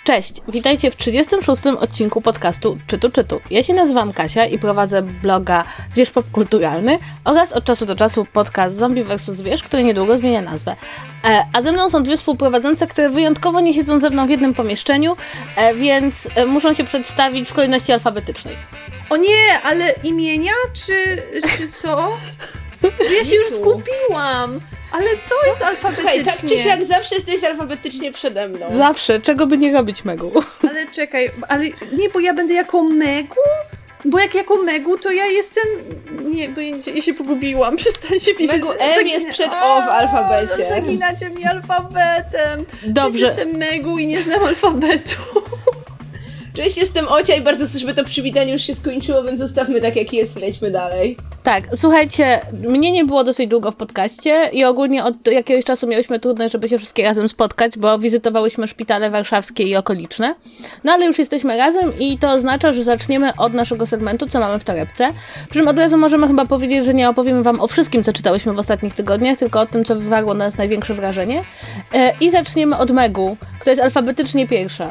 Cześć, witajcie w 36. odcinku podcastu Czytu. Ja się nazywam Kasia i prowadzę bloga Zwierz Popkulturalny oraz od czasu do czasu podcast Zombie vs. Zwierz, który niedługo zmienia nazwę. A ze mną są dwie współprowadzące, które wyjątkowo nie siedzą ze mną w jednym pomieszczeniu, więc muszą się przedstawić w kolejności alfabetycznej. O nie, ale imienia? Czy co? Ja się już zgubiłam. Ale co jest alfabetycznie? Słuchaj, tak czy siak zawsze jesteś alfabetycznie przede mną. Zawsze, czego by nie robić, Megu. Ale czekaj, nie, bo ja będę jako Megu? Bo jak jako Megu, to ja jestem... Nie, bo ja się pogubiłam. Przestańcie pisać. Megu M jest przed O w alfabecie. Zaginacie mnie alfabetem. Dobrze. Ja jestem Megu i nie znam alfabetu. Cześć, jestem Ocia i bardzo chcę, żeby to przywitanie już się skończyło, więc zostawmy tak jak jest i lećmy dalej. Tak, słuchajcie, mnie nie było dosyć długo w podcaście i ogólnie od jakiegoś czasu miałyśmy trudność, żeby się wszystkie razem spotkać, bo wizytowałyśmy szpitale warszawskie i okoliczne. No ale już jesteśmy razem i to oznacza, że zaczniemy od naszego segmentu, co mamy w torebce. Przy czym od razu możemy chyba powiedzieć, że nie opowiemy wam o wszystkim, co czytałyśmy w ostatnich tygodniach, tylko o tym, co wywarło na nas największe wrażenie. I zaczniemy od Megu, która jest alfabetycznie pierwsza.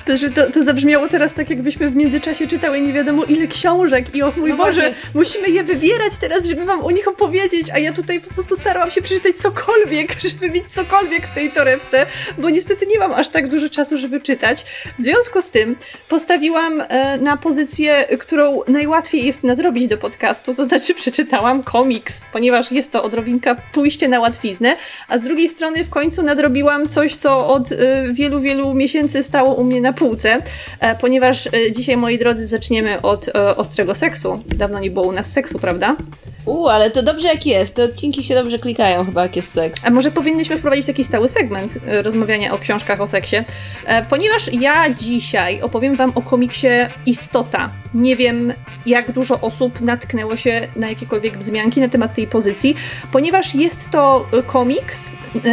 To zabrzmiało teraz tak, jakbyśmy w międzyczasie czytały nie wiadomo ile książek i o mój Boże, właśnie. Musimy je wybierać teraz, żeby wam o nich opowiedzieć, a ja tutaj po prostu starałam się przeczytać cokolwiek, żeby mieć cokolwiek w tej torebce, bo niestety nie mam aż tak dużo czasu, żeby czytać. W związku z tym postawiłam na pozycję, którą najłatwiej jest nadrobić do podcastu, to znaczy przeczytałam komiks, ponieważ jest to odrobinka pójście na łatwiznę, a z drugiej strony w końcu nadrobiłam coś, co od wielu miesięcy stało u mnie na półce, ponieważ dzisiaj, moi drodzy, zaczniemy od ostrego seksu. Dawno nie było u nas seksu, prawda? Ale to dobrze jak jest. Te odcinki się dobrze klikają chyba, jak jest seks. A może powinnyśmy wprowadzić taki stały segment rozmawiania o książkach o seksie? Ponieważ ja dzisiaj opowiem wam o komiksie Istota. Nie wiem, jak dużo osób natknęło się na jakiekolwiek wzmianki na temat tej pozycji, ponieważ jest to komiks,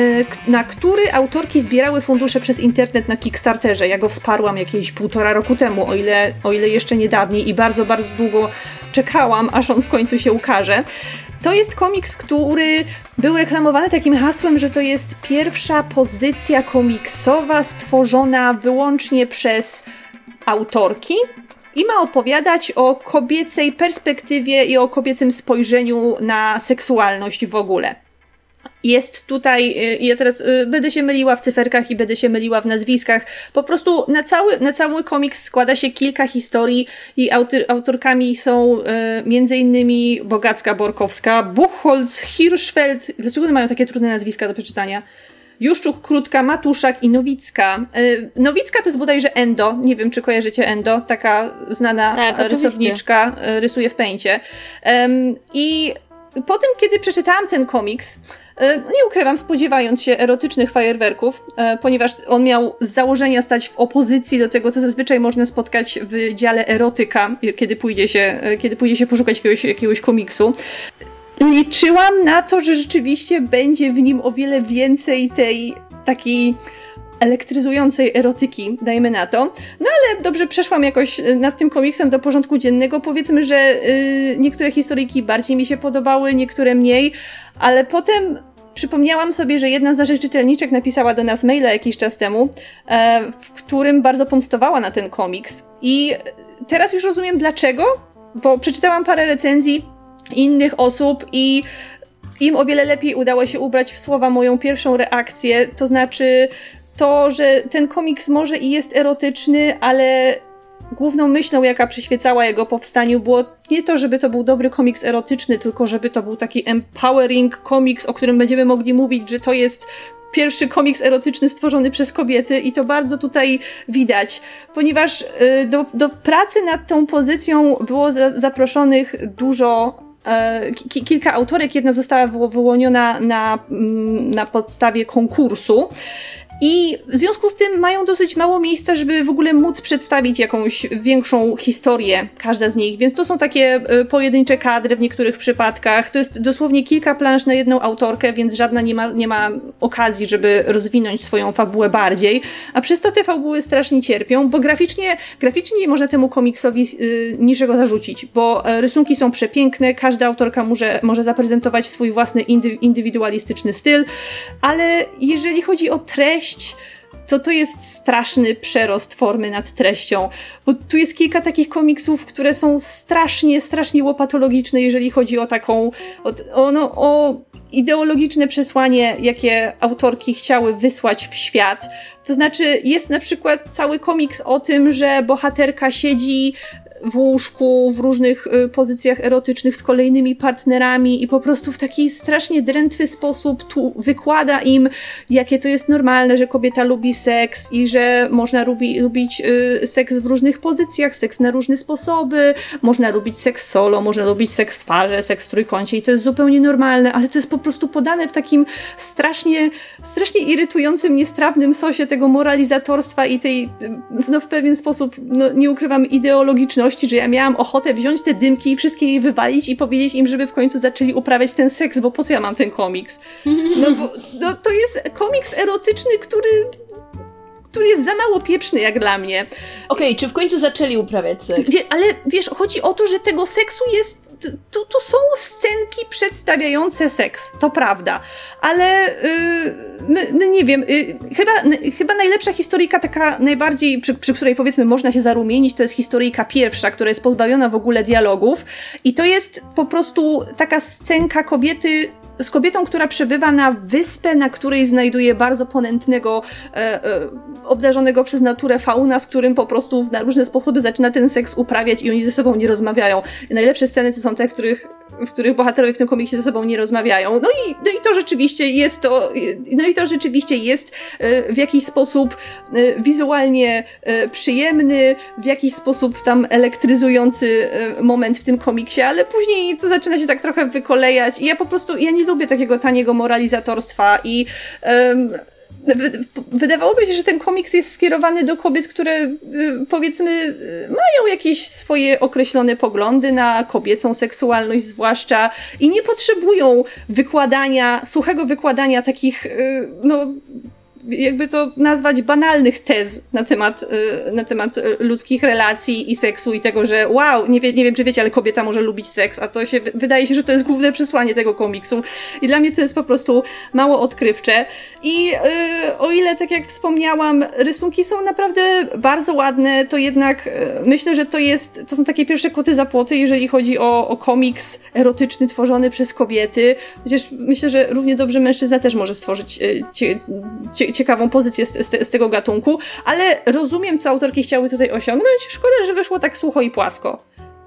na który autorki zbierały fundusze przez internet na Kickstarterze. Ja go wsparłam jakieś 1,5 roku temu, o ile jeszcze nie dawniej i bardzo długo czekałam, aż on w końcu się ukaże. To jest komiks, który był reklamowany takim hasłem, że to jest pierwsza pozycja komiksowa stworzona wyłącznie przez autorki i ma opowiadać o kobiecej perspektywie i o kobiecym spojrzeniu na seksualność w ogóle. Jest tutaj, ja teraz będę się myliła w cyferkach i będę się myliła w nazwiskach, po prostu na cały komiks składa się kilka historii i autorkami są między innymi Bogacka-Borkowska, Buchholz, Hirschfeld, dlaczego one mają takie trudne nazwiska do przeczytania? Juszczuk, Krótka, Matuszak i Nowicka. Nowicka to jest bodajże Endo, nie wiem czy kojarzycie Endo, taka znana rysowniczka, rysuje w Paincie. I po tym, kiedy przeczytałam ten komiks, nie ukrywam, spodziewając się erotycznych fajerwerków, ponieważ on miał z założenia stać w opozycji do tego, co zazwyczaj można spotkać w dziale erotyka, kiedy pójdzie się poszukać jakiegoś komiksu. Liczyłam na to, że rzeczywiście będzie w nim o wiele więcej tej takiej elektryzującej erotyki, dajmy na to. No ale dobrze, przeszłam jakoś nad tym komiksem do porządku dziennego. Powiedzmy, że niektóre historyjki bardziej mi się podobały, niektóre mniej, ale potem przypomniałam sobie, że jedna z naszych czytelniczek napisała do nas maila jakiś czas temu, w którym bardzo pomstowała na ten komiks. I teraz już rozumiem dlaczego, bo przeczytałam parę recenzji innych osób i im o wiele lepiej udało się ubrać w słowa moją pierwszą reakcję, to znaczy to, że ten komiks może i jest erotyczny, ale główną myślą, jaka przyświecała jego powstaniu, było nie to, żeby to był dobry komiks erotyczny, tylko żeby to był taki empowering komiks, o którym będziemy mogli mówić, że to jest pierwszy komiks erotyczny stworzony przez kobiety i to bardzo tutaj widać, ponieważ do pracy nad tą pozycją było zaproszonych kilka autorek, jedna została wyłoniona na podstawie konkursu. I w związku z tym mają dosyć mało miejsca, żeby w ogóle móc przedstawić jakąś większą historię, każda z nich, więc to są takie pojedyncze kadry w niektórych przypadkach, to jest dosłownie kilka plansz na jedną autorkę, więc żadna nie ma okazji, żeby rozwinąć swoją fabułę bardziej, a przez to te fabuły strasznie cierpią, bo graficznie nie można temu komiksowi niczego zarzucić, bo rysunki są przepiękne, każda autorka może zaprezentować swój własny indywidualistyczny styl, ale jeżeli chodzi o treść, to jest straszny przerost formy nad treścią, bo tu jest kilka takich komiksów, które są strasznie łopatologiczne, jeżeli chodzi o taką, o ideologiczne przesłanie, jakie autorki chciały wysłać w świat. To znaczy, jest na przykład cały komiks o tym, że bohaterka siedzi w łóżku, w różnych pozycjach erotycznych z kolejnymi partnerami i po prostu w taki strasznie drętwy sposób tu wykłada im, jakie to jest normalne, że kobieta lubi seks i że można lubić seks w różnych pozycjach, seks na różne sposoby, można lubić seks solo, można lubić seks w parze, seks w trójkącie i to jest zupełnie normalne, ale to jest po prostu podane w takim strasznie irytującym, niestrawnym sosie tego moralizatorstwa i tej, w pewien sposób, nie ukrywam, ideologiczności, że ja miałam ochotę wziąć te dymki i wszystkie je wywalić i powiedzieć im, żeby w końcu zaczęli uprawiać ten seks, bo po co ja mam ten komiks? To jest komiks erotyczny, który jest za mało pieprzny jak dla mnie. Okej, czy w końcu zaczęli uprawiać seks? Ale wiesz, chodzi o to, że tego seksu jest... To są scenki przedstawiające seks, to prawda. Ale nie wiem, chyba najlepsza historyjka, taka najbardziej, przy której powiedzmy można się zarumienić, to jest historyjka pierwsza, która jest pozbawiona w ogóle dialogów i to jest po prostu taka scenka z kobietą, która przebywa na wyspę, na której znajduje bardzo ponętnego, obdarzonego przez naturę fauna, z którym po prostu na różne sposoby zaczyna ten seks uprawiać i oni ze sobą nie rozmawiają. I najlepsze sceny to są te, w których bohaterowie w tym komiksie ze sobą nie rozmawiają. No i to rzeczywiście jest w jakiś sposób wizualnie przyjemny, w jakiś sposób tam elektryzujący moment w tym komiksie, ale później to zaczyna się tak trochę wykolejać i ja nie lubię takiego taniego moralizatorstwa i wydawałoby się, że ten komiks jest skierowany do kobiet, które powiedzmy mają jakieś swoje określone poglądy na kobiecą seksualność zwłaszcza i nie potrzebują suchego wykładania takich, jakby to nazwać, banalnych tez na temat ludzkich relacji i seksu i tego, że wow, nie wiem czy wiecie, ale kobieta może lubić seks, a to wydaje się, że to jest główne przesłanie tego komiksu i dla mnie to jest po prostu mało odkrywcze i o ile, tak jak wspomniałam, rysunki są naprawdę bardzo ładne, to jednak myślę, że to są takie pierwsze koty za płoty, jeżeli chodzi o komiks erotyczny tworzony przez kobiety, chociaż myślę, że równie dobrze mężczyzna też może stworzyć ciekawą pozycję z tego gatunku, ale rozumiem, co autorki chciały tutaj osiągnąć. Szkoda, że wyszło tak sucho i płasko.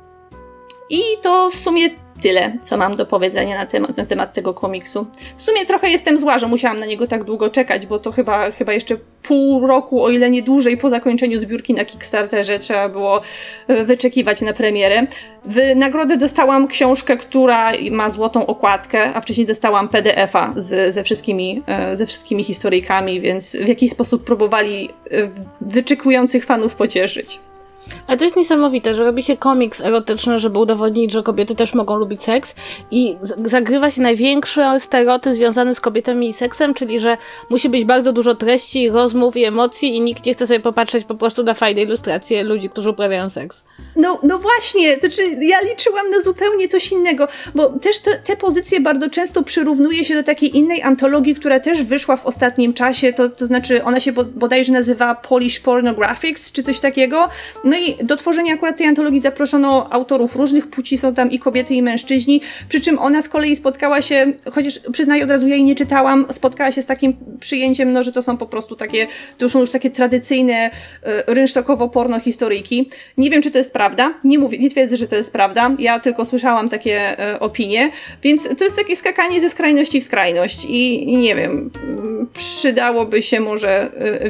I to w sumie tyle, co mam do powiedzenia na temat tego komiksu. W sumie trochę jestem zła, że musiałam na niego tak długo czekać, bo to chyba jeszcze pół roku, o ile nie dłużej, po zakończeniu zbiórki na Kickstarterze trzeba było wyczekiwać na premierę. W nagrodę dostałam książkę, która ma złotą okładkę, a wcześniej dostałam PDF-a ze wszystkimi historyjkami, więc w jakiś sposób próbowali wyczekujących fanów pocieszyć. Ale to jest niesamowite, że robi się komiks erotyczny, żeby udowodnić, że kobiety też mogą lubić seks i zagrywa się największy stereotyp związany z kobietami i seksem, czyli że musi być bardzo dużo treści, rozmów i emocji i nikt nie chce sobie popatrzeć po prostu na fajne ilustracje ludzi, którzy uprawiają seks. No właśnie, to znaczy ja liczyłam na zupełnie coś innego, bo też te pozycje bardzo często przyrównuje się do takiej innej antologii, która też wyszła w ostatnim czasie, to znaczy ona się bodajże nazywa Polish Pornographics, czy coś takiego. No i do tworzenia akurat tej antologii zaproszono autorów różnych płci, są tam i kobiety, i mężczyźni, przy czym ona z kolei spotkała się, chociaż przyznaję od razu, ja jej nie czytałam, spotkała się z takim przyjęciem, że to są po prostu to są już takie tradycyjne rynsztokowo porno historyjki. Nie wiem, czy to jest prawda, nie twierdzę, że to jest prawda, ja tylko słyszałam takie opinie, więc to jest takie skakanie ze skrajności w skrajność i nie wiem, przydałoby się może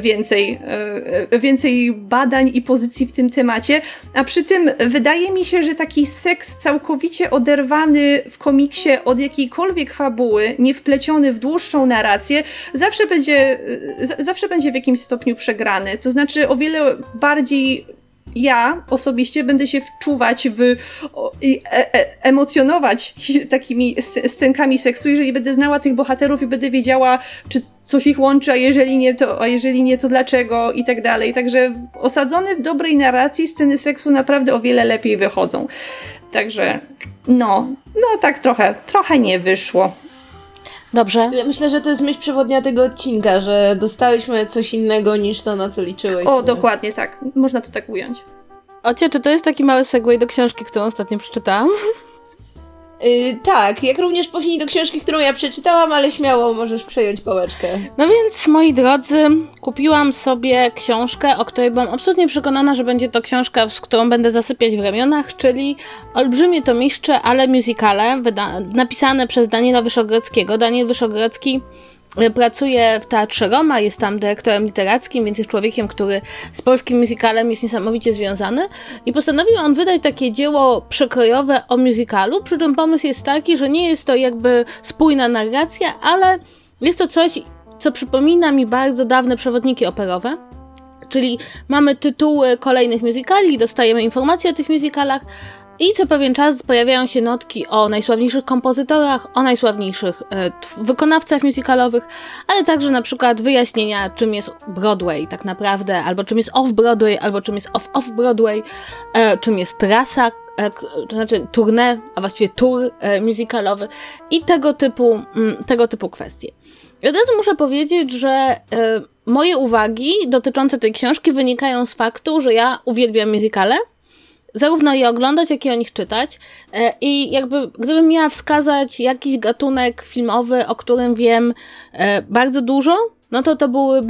więcej badań i pozycji w tym temacie, a przy tym wydaje mi się, że taki seks całkowicie oderwany w komiksie od jakiejkolwiek fabuły, nie wpleciony w dłuższą narrację, zawsze będzie w jakimś stopniu przegrany. To znaczy o wiele bardziej ja osobiście będę się wczuwać i emocjonować takimi scenkami seksu, jeżeli będę znała tych bohaterów i będę wiedziała, czy coś ich łączy, a jeżeli nie, to dlaczego i tak dalej. Także osadzone w dobrej narracji sceny seksu naprawdę o wiele lepiej wychodzą. Także tak trochę nie wyszło. Dobrze. Myślę, że to jest myśl przewodnia tego odcinka, że dostałyśmy coś innego niż to, na co liczyłyśmy. O, dokładnie tak. Można to tak ująć. Ocie, czy to jest taki mały segway do książki, którą ostatnio przeczytałam? Tak, jak również później do książki, którą ja przeczytałam, ale śmiało możesz przejąć pałeczkę. No więc, moi drodzy, kupiłam sobie książkę, o której byłam absolutnie przekonana, że będzie to książka, z którą będę zasypiać w ramionach, czyli Olbrzymie tomiszcze, ale musicale, napisane przez Daniela Wyszogrodzkiego. Daniel Wyszogrodzki pracuje w Teatrze Roma, jest tam dyrektorem literackim, więc jest człowiekiem, który z polskim musicalem jest niesamowicie związany i postanowił on wydać takie dzieło przekrojowe o musicalu, przy czym pomysł jest taki, że nie jest to jakby spójna narracja, ale jest to coś, co przypomina mi bardzo dawne przewodniki operowe, czyli mamy tytuły kolejnych musicali, dostajemy informacje o tych musicalach, i co pewien czas pojawiają się notki o najsławniejszych kompozytorach, o najsławniejszych wykonawcach musicalowych, ale także na przykład wyjaśnienia, czym jest Broadway tak naprawdę, albo czym jest off-Broadway, albo czym jest off-Broadway, czym jest trasa, to znaczy tournée, a właściwie tour musicalowy i tego typu kwestie. I od razu muszę powiedzieć, że moje uwagi dotyczące tej książki wynikają z faktu, że ja uwielbiam musicale, zarówno je oglądać, jak i o nich czytać. I jakby, gdybym miała wskazać jakiś gatunek filmowy, o którym wiem bardzo dużo, no to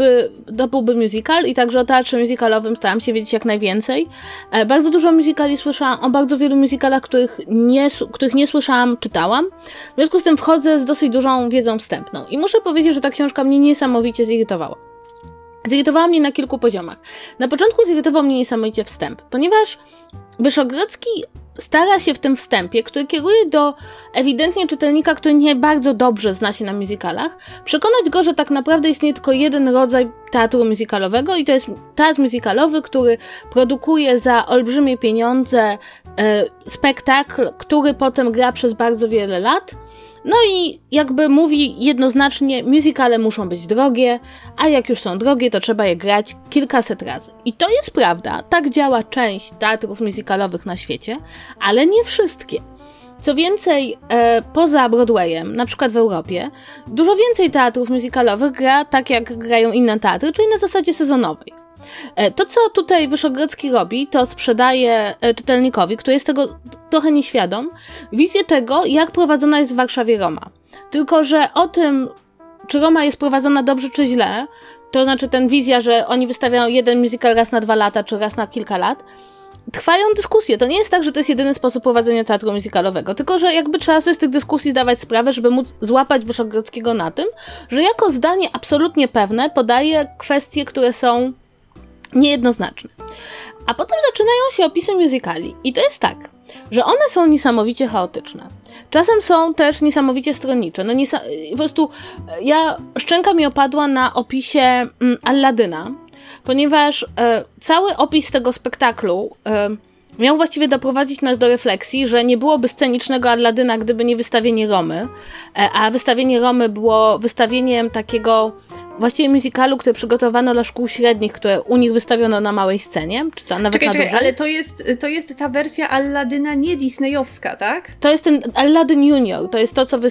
byłby musical i także o teatrze musicalowym starałam się wiedzieć jak najwięcej. Bardzo dużo musicali słyszałam, o bardzo wielu musicalach, których nie słyszałam, czytałam. W związku z tym wchodzę z dosyć dużą wiedzą wstępną. I muszę powiedzieć, że ta książka mnie niesamowicie zirytowała. Zirytowała mnie na kilku poziomach. Na początku zirytował mnie niesamowicie wstęp, ponieważ Wyszogrodzki stara się w tym wstępie, który kieruje do ewidentnie czytelnika, który nie bardzo dobrze zna się na musicalach, przekonać go, że tak naprawdę istnieje tylko jeden rodzaj teatru musicalowego i to jest teatr musicalowy, który produkuje za olbrzymie pieniądze spektakl, który potem gra przez bardzo wiele lat. No i jakby mówi jednoznacznie, musicale muszą być drogie, a jak już są drogie, to trzeba je grać kilkaset razy. I to jest prawda, tak działa część teatrów musicalowych na świecie, ale nie wszystkie. Co więcej, poza Broadwayem, na przykład w Europie, dużo więcej teatrów musicalowych gra tak, jak grają inne teatry, czyli na zasadzie sezonowej. To, co tutaj Wyszogrodzki robi, to sprzedaje czytelnikowi, który jest tego trochę nieświadom, wizję tego, jak prowadzona jest w Warszawie Roma. Tylko że o tym, czy Roma jest prowadzona dobrze czy źle, to znaczy ten wizja, że oni wystawiają jeden musical raz na 2 lata, czy raz na kilka lat, trwają dyskusje. To nie jest tak, że to jest jedyny sposób prowadzenia teatru musicalowego, tylko że jakby trzeba sobie z tych dyskusji zdawać sprawę, żeby móc złapać Wyszogrodzkiego na tym, że jako zdanie absolutnie pewne podaje kwestie, które są niejednoznaczne. A potem zaczynają się opisy musicali. I to jest tak, że one są niesamowicie chaotyczne. Czasem są też niesamowicie stronnicze. No po prostu szczęka mi opadła na opisie Alladyna, ponieważ cały opis tego spektaklu miał właściwie doprowadzić nas do refleksji, że nie byłoby scenicznego Alladyna, gdyby nie wystawienie Romy, a wystawienie Romy było wystawieniem takiego właściwie musicalu, które przygotowano dla szkół średnich, które u nich wystawiono na małej scenie, czy to nawet Czekaj, ale to jest ta wersja Alladyna nie disneyowska, tak? To jest ten Aladdin Junior, to jest to, co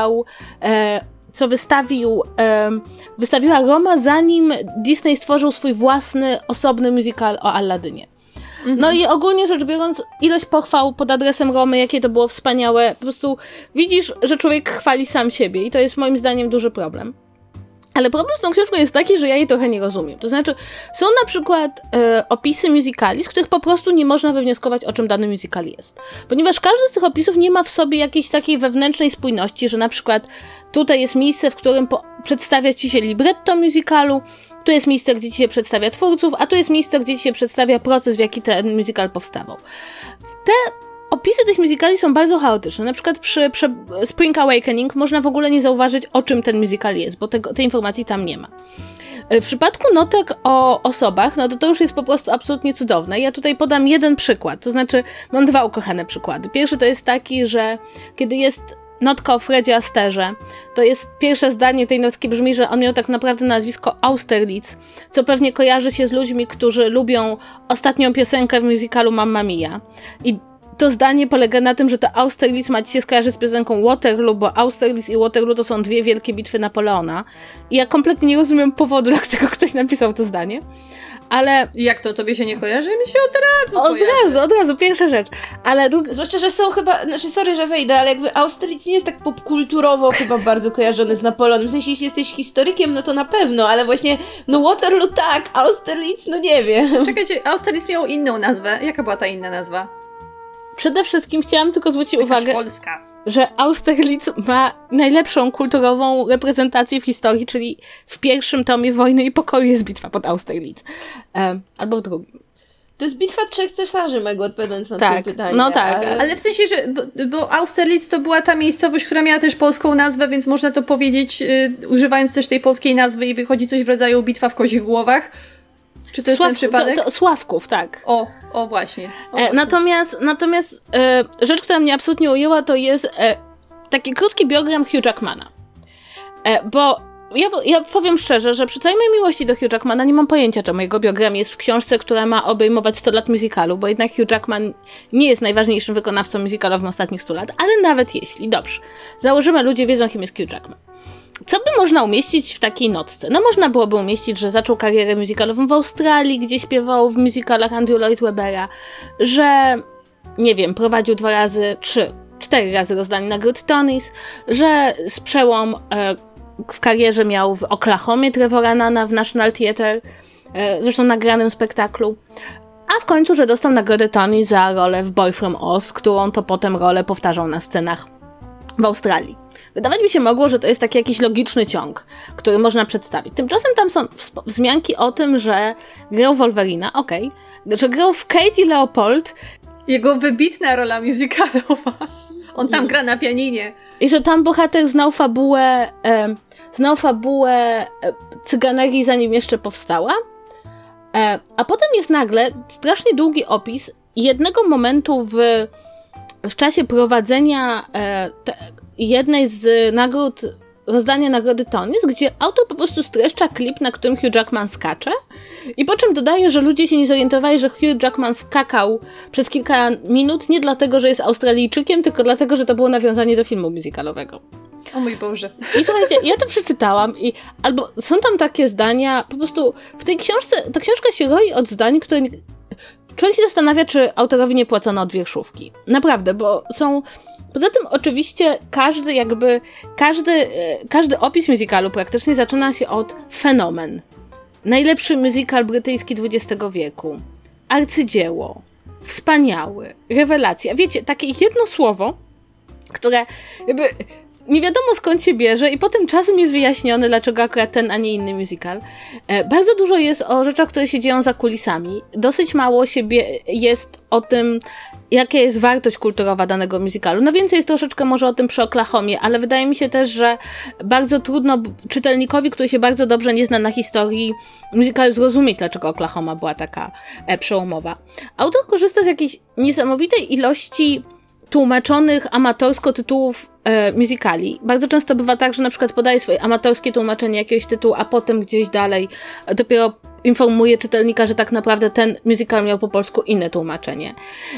wystawiła Roma, zanim Disney stworzył swój własny, osobny musical o Alladynie. No i ogólnie rzecz biorąc, ilość pochwał pod adresem Romy, jakie to było wspaniałe, po prostu widzisz, że człowiek chwali sam siebie i to jest moim zdaniem duży problem. Ale problem z tą książką jest taki, że ja jej trochę nie rozumiem. To znaczy, są na przykład opisy musicali, z których po prostu nie można wywnioskować, o czym dany musical jest. Ponieważ każdy z tych opisów nie ma w sobie jakiejś takiej wewnętrznej spójności, że na przykład tutaj jest miejsce, w którym przedstawia ci się libretto musicalu, tu jest miejsce, gdzie ci się przedstawia twórców, a tu jest miejsce, gdzie ci się przedstawia proces, w jaki ten musical powstawał. Te opisy tych musicali są bardzo chaotyczne. Na przykład przy Spring Awakening można w ogóle nie zauważyć, o czym ten musical jest, bo tej informacji tam nie ma. W przypadku notek o osobach, no to już jest po prostu absolutnie cudowne. Ja tutaj podam jeden przykład, to znaczy mam 2 ukochane przykłady. Pierwszy to jest taki, że kiedy jest notka o Fredzie Asterze, to jest pierwsze zdanie tej notki brzmi, że on miał tak naprawdę nazwisko Austerlitz, co pewnie kojarzy się z ludźmi, którzy lubią ostatnią piosenkę w musicalu Mamma Mia. I to zdanie polega na tym, że to Austerlitz ma ci się skojarzyć z piosenką Waterloo, bo Austerlitz i Waterloo to są dwie wielkie bitwy Napoleona. I ja kompletnie nie rozumiem powodu, dla którego ktoś napisał to zdanie. Ale... Jak to? Tobie się nie kojarzy? Mi się od razu, pierwsza rzecz. Ale zwłaszcza, że są chyba, znaczy sorry, że wejdę, ale jakby Austerlitz nie jest tak popkulturowo chyba bardzo kojarzony z Napoleonem. W sensie, jeśli jesteś historykiem, no to na pewno, ale właśnie, no Waterloo tak, Austerlitz, no nie wiem. Czekajcie, Austerlitz miał inną nazwę. Jaka była ta inna nazwa? Przede wszystkim chciałam tylko zwrócić uwagę, Polska. że Austerlitz ma najlepszą kulturową reprezentację w historii, czyli w pierwszym tomie Wojny i Pokoju jest bitwa pod Austerlitz. Albo w drugim. To jest bitwa trzech cesarzy, Mego, odpowiadając na tak, twoje pytanie. No tak. Ale w sensie, że bo Austerlitz to była ta miejscowość, która miała też polską nazwę, więc można to powiedzieć, używając też tej polskiej nazwy i wychodzi coś w rodzaju bitwa w kozich głowach. Czy to jest ten przypadek? To Sławków, tak. O właśnie. Natomiast rzecz, która mnie absolutnie ujęła, to jest taki krótki biogram Hugh Jackmana. Bo ja powiem szczerze, że przy całej mojej miłości do Hugh Jackmana nie mam pojęcia, czemu jego biogram jest w książce, która ma obejmować 100 lat musicalu, bo jednak Hugh Jackman nie jest najważniejszym wykonawcą musicalowym ostatnich 100 lat, ale nawet jeśli, dobrze, założymy, ludzie wiedzą, kim jest Hugh Jackman. Co by można umieścić w takiej notce? No można byłoby umieścić, że zaczął karierę musicalową w Australii, gdzie śpiewał w musicalach Andrew Lloyd Webbera, że, nie wiem, prowadził 4 razy rozdanie nagród Tonys, że z przełom w karierze miał w Oklahomie Trevora Nunna w National Theatre, zresztą nagranym spektaklu, a w końcu, że dostał nagrodę Tony za rolę w Boy From Oz, którą to potem rolę powtarzał na scenach w Australii. Wydawać mi się mogło, że to jest taki jakiś logiczny ciąg, który można przedstawić. Tymczasem tam są wzmianki o tym, że grał Wolverina, że grał w Katie Leopold. Jego wybitna rola musicalowa. On tam gra na pianinie. I że tam bohater znał fabułę Cyganerii, zanim jeszcze powstała. A potem jest nagle strasznie długi opis jednego momentu w czasie prowadzenia jednej z nagród, rozdania nagrody Tonys, gdzie autor po prostu streszcza klip, na którym Hugh Jackman skacze i po czym dodaje, że ludzie się nie zorientowali, że Hugh Jackman skakał przez kilka minut nie dlatego, że jest Australijczykiem, tylko dlatego, że to było nawiązanie do filmu musicalowego. O mój Boże. I słuchajcie, ja to przeczytałam albo są tam takie zdania, po prostu w tej książce, ta książka się roi od zdań, które człowiek się zastanawia, czy autorowi nie płacono od wierszówki. Naprawdę, bo są... Poza tym oczywiście każdy opis musicalu praktycznie zaczyna się od fenomen. Najlepszy musical brytyjski XX wieku. Arcydzieło. Wspaniały. Rewelacja. Wiecie, takie jedno słowo, które jakby nie wiadomo skąd się bierze i potem czasem jest wyjaśnione, dlaczego akurat ten, a nie inny musical. Bardzo dużo jest o rzeczach, które się dzieją za kulisami. Dosyć mało jest o tym, jaka jest wartość kulturowa danego musicalu. No więcej jest troszeczkę może o tym przy Oklahomie, ale wydaje mi się też, że bardzo trudno czytelnikowi, który się bardzo dobrze nie zna na historii musicalu, zrozumieć, dlaczego Oklahoma była taka przełomowa. Autor korzysta z jakiejś niesamowitej ilości tłumaczonych amatorsko tytułów musicali. Bardzo często bywa tak, że na przykład podaje swoje amatorskie tłumaczenie jakiegoś tytułu, a potem gdzieś dalej dopiero informuje czytelnika, że tak naprawdę ten musical miał po polsku inne tłumaczenie.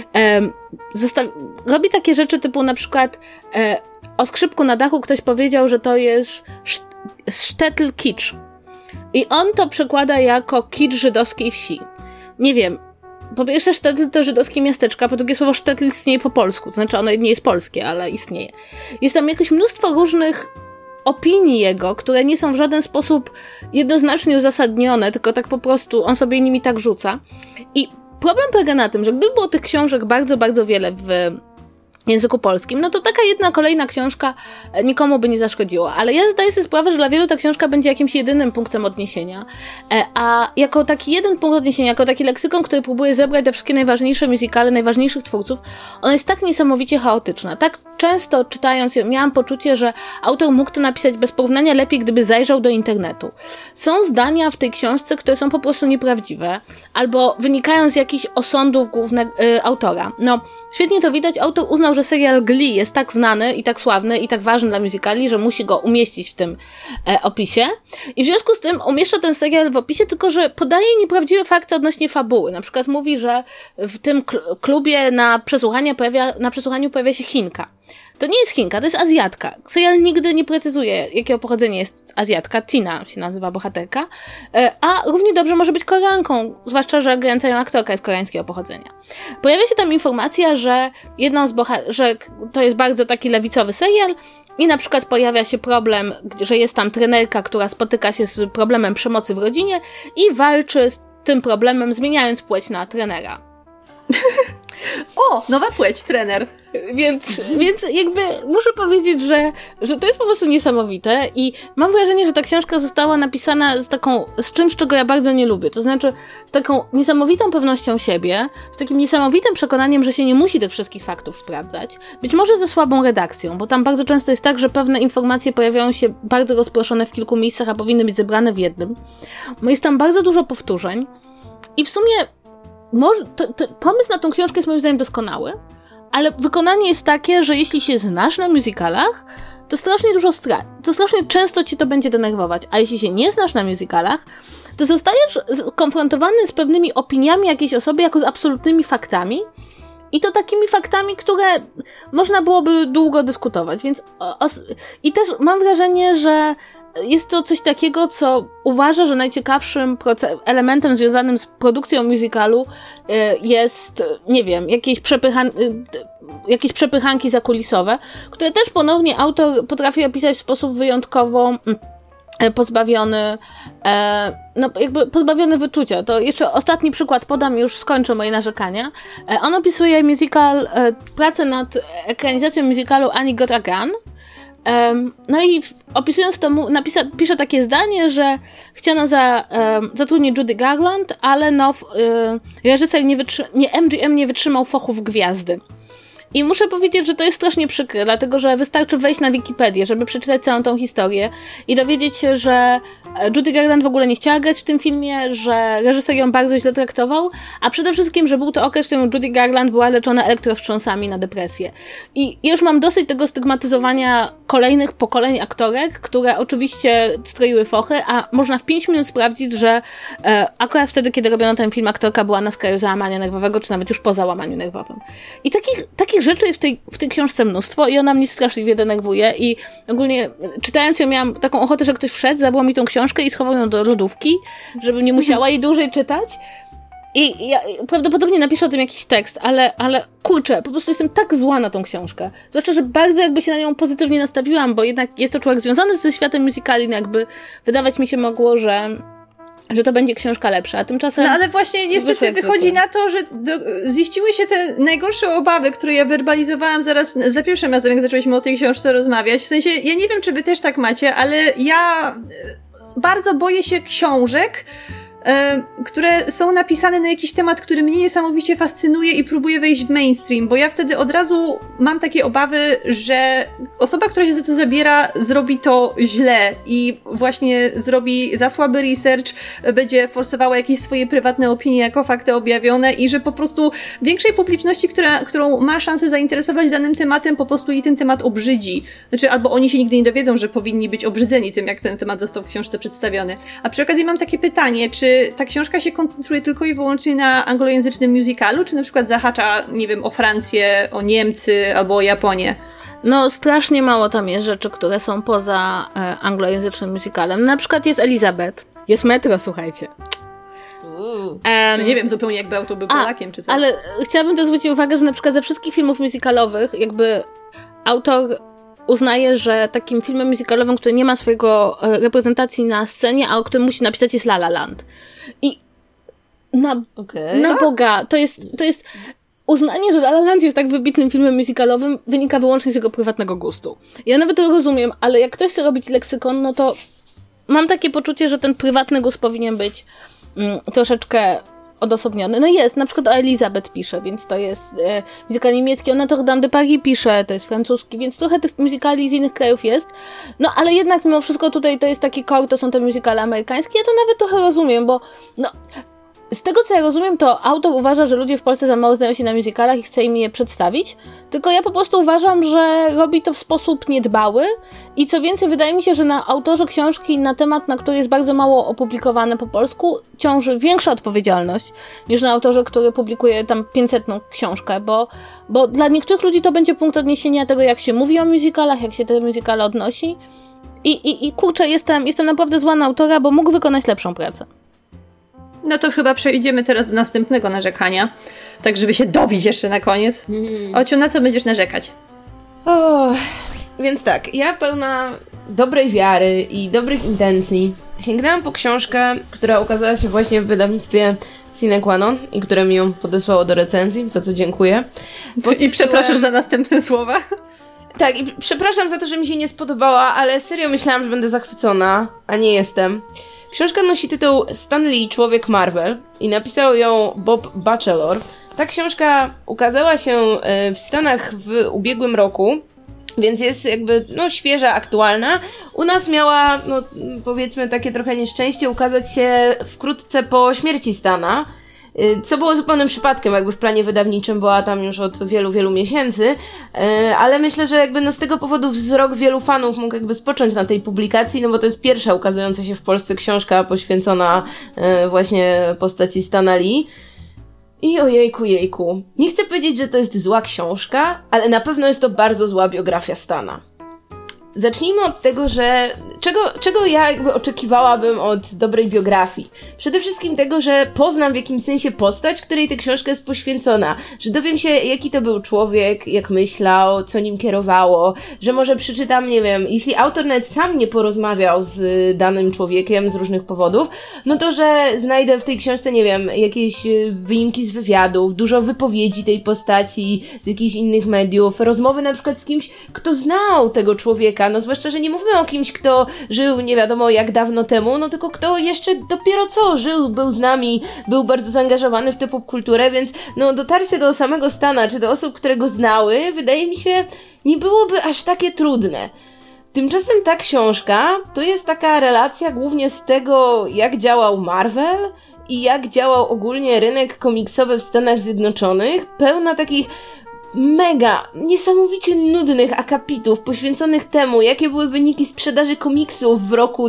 Robi takie rzeczy typu na przykład o Skrzypku na dachu ktoś powiedział, że to jest sztetl kicz. I on to przekłada jako kicz żydowskiej wsi. Nie wiem, po pierwsze sztetl to żydowskie miasteczka, po drugie słowo sztetl istnieje po polsku, to znaczy ono nie jest polskie, ale istnieje. Jest tam jakieś mnóstwo różnych opinii jego, które nie są w żaden sposób jednoznacznie uzasadnione, tylko tak po prostu on sobie nimi tak rzuca. I problem polega na tym, że gdyby było tych książek bardzo, bardzo wiele w języku polskim, no to taka jedna kolejna książka nikomu by nie zaszkodziła. Ale ja zdaję sobie sprawę, że dla wielu ta książka będzie jakimś jedynym punktem odniesienia. A jako taki jeden punkt odniesienia, jako taki leksykon, który próbuje zebrać te wszystkie najważniejsze musicale, najważniejszych twórców, ona jest tak niesamowicie chaotyczna. Tak często czytając ją, miałam poczucie, że autor mógł to napisać bez porównania lepiej, gdyby zajrzał do internetu. Są zdania w tej książce, które są po prostu nieprawdziwe, albo wynikają z jakichś osądów autora. No, świetnie to widać, autor uznał, uznał, że serial Glee jest tak znany i tak sławny i tak ważny dla musicali, że musi go umieścić w tym opisie. I w związku z tym umieszcza ten serial w opisie, tylko że podaje nieprawdziwe fakty odnośnie fabuły. Na przykład mówi, że w tym klubie na przesłuchaniu pojawia się Chinka. To nie jest Chinka, to jest Azjatka. Serial nigdy nie precyzuje, jakiego pochodzenia jest Azjatka. Tina się nazywa bohaterka. A równie dobrze może być Koreanką, zwłaszcza, że grająca ją aktorka jest koreańskiego pochodzenia. Pojawia się tam informacja, że że to jest bardzo taki lewicowy serial i na przykład pojawia się problem, że jest tam trenerka, która spotyka się z problemem przemocy w rodzinie i walczy z tym problemem, zmieniając płeć na trenera. O, nowa płeć, trener. Więc jakby muszę powiedzieć, że to jest po prostu niesamowite i mam wrażenie, że ta książka została napisana z czymś, czego ja bardzo nie lubię. To znaczy z taką niesamowitą pewnością siebie, z takim niesamowitym przekonaniem, że się nie musi tych wszystkich faktów sprawdzać. Być może ze słabą redakcją, bo tam bardzo często jest tak, że pewne informacje pojawiają się bardzo rozproszone w kilku miejscach, a powinny być zebrane w jednym. Jest tam bardzo dużo powtórzeń i w sumie pomysł na tą książkę jest moim zdaniem doskonały, ale wykonanie jest takie, że jeśli się znasz na musicalach, to strasznie często ci to będzie denerwować, a jeśli się nie znasz na musicalach, to zostajesz konfrontowany z pewnymi opiniami jakiejś osoby jako z absolutnymi faktami i to takimi faktami, które można byłoby długo dyskutować, więc i też mam wrażenie, że jest to coś takiego, co uważa, że najciekawszym elementem związanym z produkcją musicalu jest, nie wiem, jakieś przepychanki zakulisowe, które też ponownie autor potrafi opisać w sposób wyjątkowo pozbawiony wyczucia. To jeszcze ostatni przykład podam, już skończę moje narzekania. On opisuje pracę nad ekranizacją musicalu Annie Got a Gun. No i opisując to, pisze takie zdanie, że chciano zatrudnić Judy Garland, ale reżyser MGM nie wytrzymał fochów gwiazdy. I muszę powiedzieć, że to jest strasznie przykre, dlatego że wystarczy wejść na Wikipedię, żeby przeczytać całą tą historię i dowiedzieć się, że Judy Garland w ogóle nie chciała grać w tym filmie, że reżyser ją bardzo źle traktował, a przede wszystkim, że był to okres, w którym Judy Garland była leczona elektrowstrząsami na depresję. I już mam dosyć tego stygmatyzowania kolejnych pokoleń aktorek, które oczywiście stroiły fochy, a można w 5 minut sprawdzić, że akurat wtedy, kiedy robiono ten film, aktorka była na skraju załamania nerwowego, czy nawet już po załamaniu nerwowym. I takich rzeczy jest w tej książce mnóstwo i ona mnie straszliwie denerwuje i ogólnie czytając ją miałam taką ochotę, że ktoś wszedł, zabrał mi tą książkę i schował ją do lodówki, żebym nie musiała jej dłużej czytać. I ja prawdopodobnie napiszę o tym jakiś tekst, ale kurczę, po prostu jestem tak zła na tą książkę. Zwłaszcza, że bardzo jakby się na nią pozytywnie nastawiłam, bo jednak jest to człowiek związany ze światem musicali, no jakby wydawać mi się mogło, że to będzie książka lepsza, a tymczasem... No ale właśnie niestety wychodzi na to, że ziściły się te najgorsze obawy, które ja werbalizowałam zaraz za pierwszym razem, jak zaczęliśmy o tej książce rozmawiać. W sensie, ja nie wiem, czy wy też tak macie, ale ja bardzo boję się książek, które są napisane na jakiś temat, który mnie niesamowicie fascynuje i próbuje wejść w mainstream, bo ja wtedy od razu mam takie obawy, że osoba, która się za to zabiera, zrobi to źle i właśnie zrobi za słaby research, będzie forsowała jakieś swoje prywatne opinie jako fakty objawione i że po prostu większej publiczności, którą ma szansę zainteresować danym tematem, po prostu jej ten temat obrzydzi. Znaczy, albo oni się nigdy nie dowiedzą, że powinni być obrzydzeni tym, jak ten temat został w książce przedstawiony. A przy okazji mam takie pytanie, czy ta książka się koncentruje tylko i wyłącznie na anglojęzycznym musicalu, czy na przykład zahacza, nie wiem, o Francję, o Niemcy albo o Japonię? No, strasznie mało tam jest rzeczy, które są poza anglojęzycznym musicalem. Na przykład jest Elizabeth, jest Metro, słuchajcie. No nie wiem zupełnie, jakby autor był Polakiem, czy co. Ale chciałabym też zwrócić uwagę, że na przykład ze wszystkich filmów musicalowych jakby autor uznaje, że takim filmem musicalowym, który nie ma swojego reprezentacji na scenie, a o którym musi napisać, jest La La Land. I na Boga, to jest uznanie, że La La Land jest tak wybitnym filmem musicalowym, wynika wyłącznie z jego prywatnego gustu. Ja nawet to rozumiem, ale jak ktoś chce robić leksykon, no to mam takie poczucie, że ten prywatny gust powinien być troszeczkę odosobniony. No jest, na przykład o Elizabeth pisze, więc to jest musical niemiecki, o Notre Dame de Paris pisze, to jest francuski, więc trochę tych musicali z innych krajów jest. No ale jednak mimo wszystko tutaj to jest taki core, to są te musicale amerykańskie, ja to nawet trochę rozumiem, bo no z tego, co ja rozumiem, to autor uważa, że ludzie w Polsce za mało znają się na musicalach i chce im je przedstawić, tylko ja po prostu uważam, że robi to w sposób niedbały i co więcej, wydaje mi się, że na autorze książki na temat, na który jest bardzo mało opublikowane po polsku, ciąży większa odpowiedzialność niż na autorze, który publikuje tam 500 książkę, bo dla niektórych ludzi to będzie punkt odniesienia tego, jak się mówi o musicalach, jak się te musicale odnosi i kurczę, jestem naprawdę zła na autora, bo mógł wykonać lepszą pracę. No to chyba przejdziemy teraz do następnego narzekania, tak żeby się dobić jeszcze na koniec. Ociu, na co będziesz narzekać? Więc tak, ja pełna dobrej wiary i dobrych intencji sięgnęłam po książkę, która ukazała się właśnie w wydawnictwie Sine Qua Non i które mi ją podesłało do recenzji, za co dziękuję. I przepraszam za następne słowa. Tak, i przepraszam za to, że mi się nie spodobała, ale serio myślałam, że będę zachwycona, a nie jestem. Książka nosi tytuł Stan Lee, Człowiek Marvel i napisał ją Bob Batchelor. Ta książka ukazała się w Stanach w ubiegłym roku, więc jest jakby świeża, aktualna. U nas miała, powiedzmy, takie trochę nieszczęście ukazać się wkrótce po śmierci Stana, co było zupełnym przypadkiem, jakby w planie wydawniczym była tam już od wielu, wielu miesięcy, ale myślę, że jakby z tego powodu wzrok wielu fanów mógł jakby spocząć na tej publikacji, bo to jest pierwsza ukazująca się w Polsce książka poświęcona właśnie postaci Stana Lee. I jejku. Nie chcę powiedzieć, że to jest zła książka, ale na pewno jest to bardzo zła biografia Stana. Zacznijmy od tego, że czego ja jakby oczekiwałabym od dobrej biografii. Przede wszystkim tego, że poznam w jakimś sensie postać, której ta książka jest poświęcona. Że dowiem się, jaki to był człowiek, jak myślał, co nim kierowało. Że może przeczytam, nie wiem, jeśli autor nawet sam nie porozmawiał z danym człowiekiem z różnych powodów, no to, że znajdę w tej książce, nie wiem, jakieś wyimki z wywiadów, dużo wypowiedzi tej postaci z jakichś innych mediów, rozmowy na przykład z kimś, kto znał tego człowieka. No zwłaszcza, że nie mówimy o kimś, kto żył nie wiadomo jak dawno temu, no tylko kto jeszcze dopiero co żył, był z nami, był bardzo zaangażowany w tę popkulturę, więc dotarcie do samego Stana, czy do osób, które go znały, wydaje mi się, nie byłoby aż takie trudne. Tymczasem ta książka to jest taka relacja głównie z tego, jak działał Marvel i jak działał ogólnie rynek komiksowy w Stanach Zjednoczonych, pełna takich mega, niesamowicie nudnych akapitów poświęconych temu, jakie były wyniki sprzedaży komiksów w roku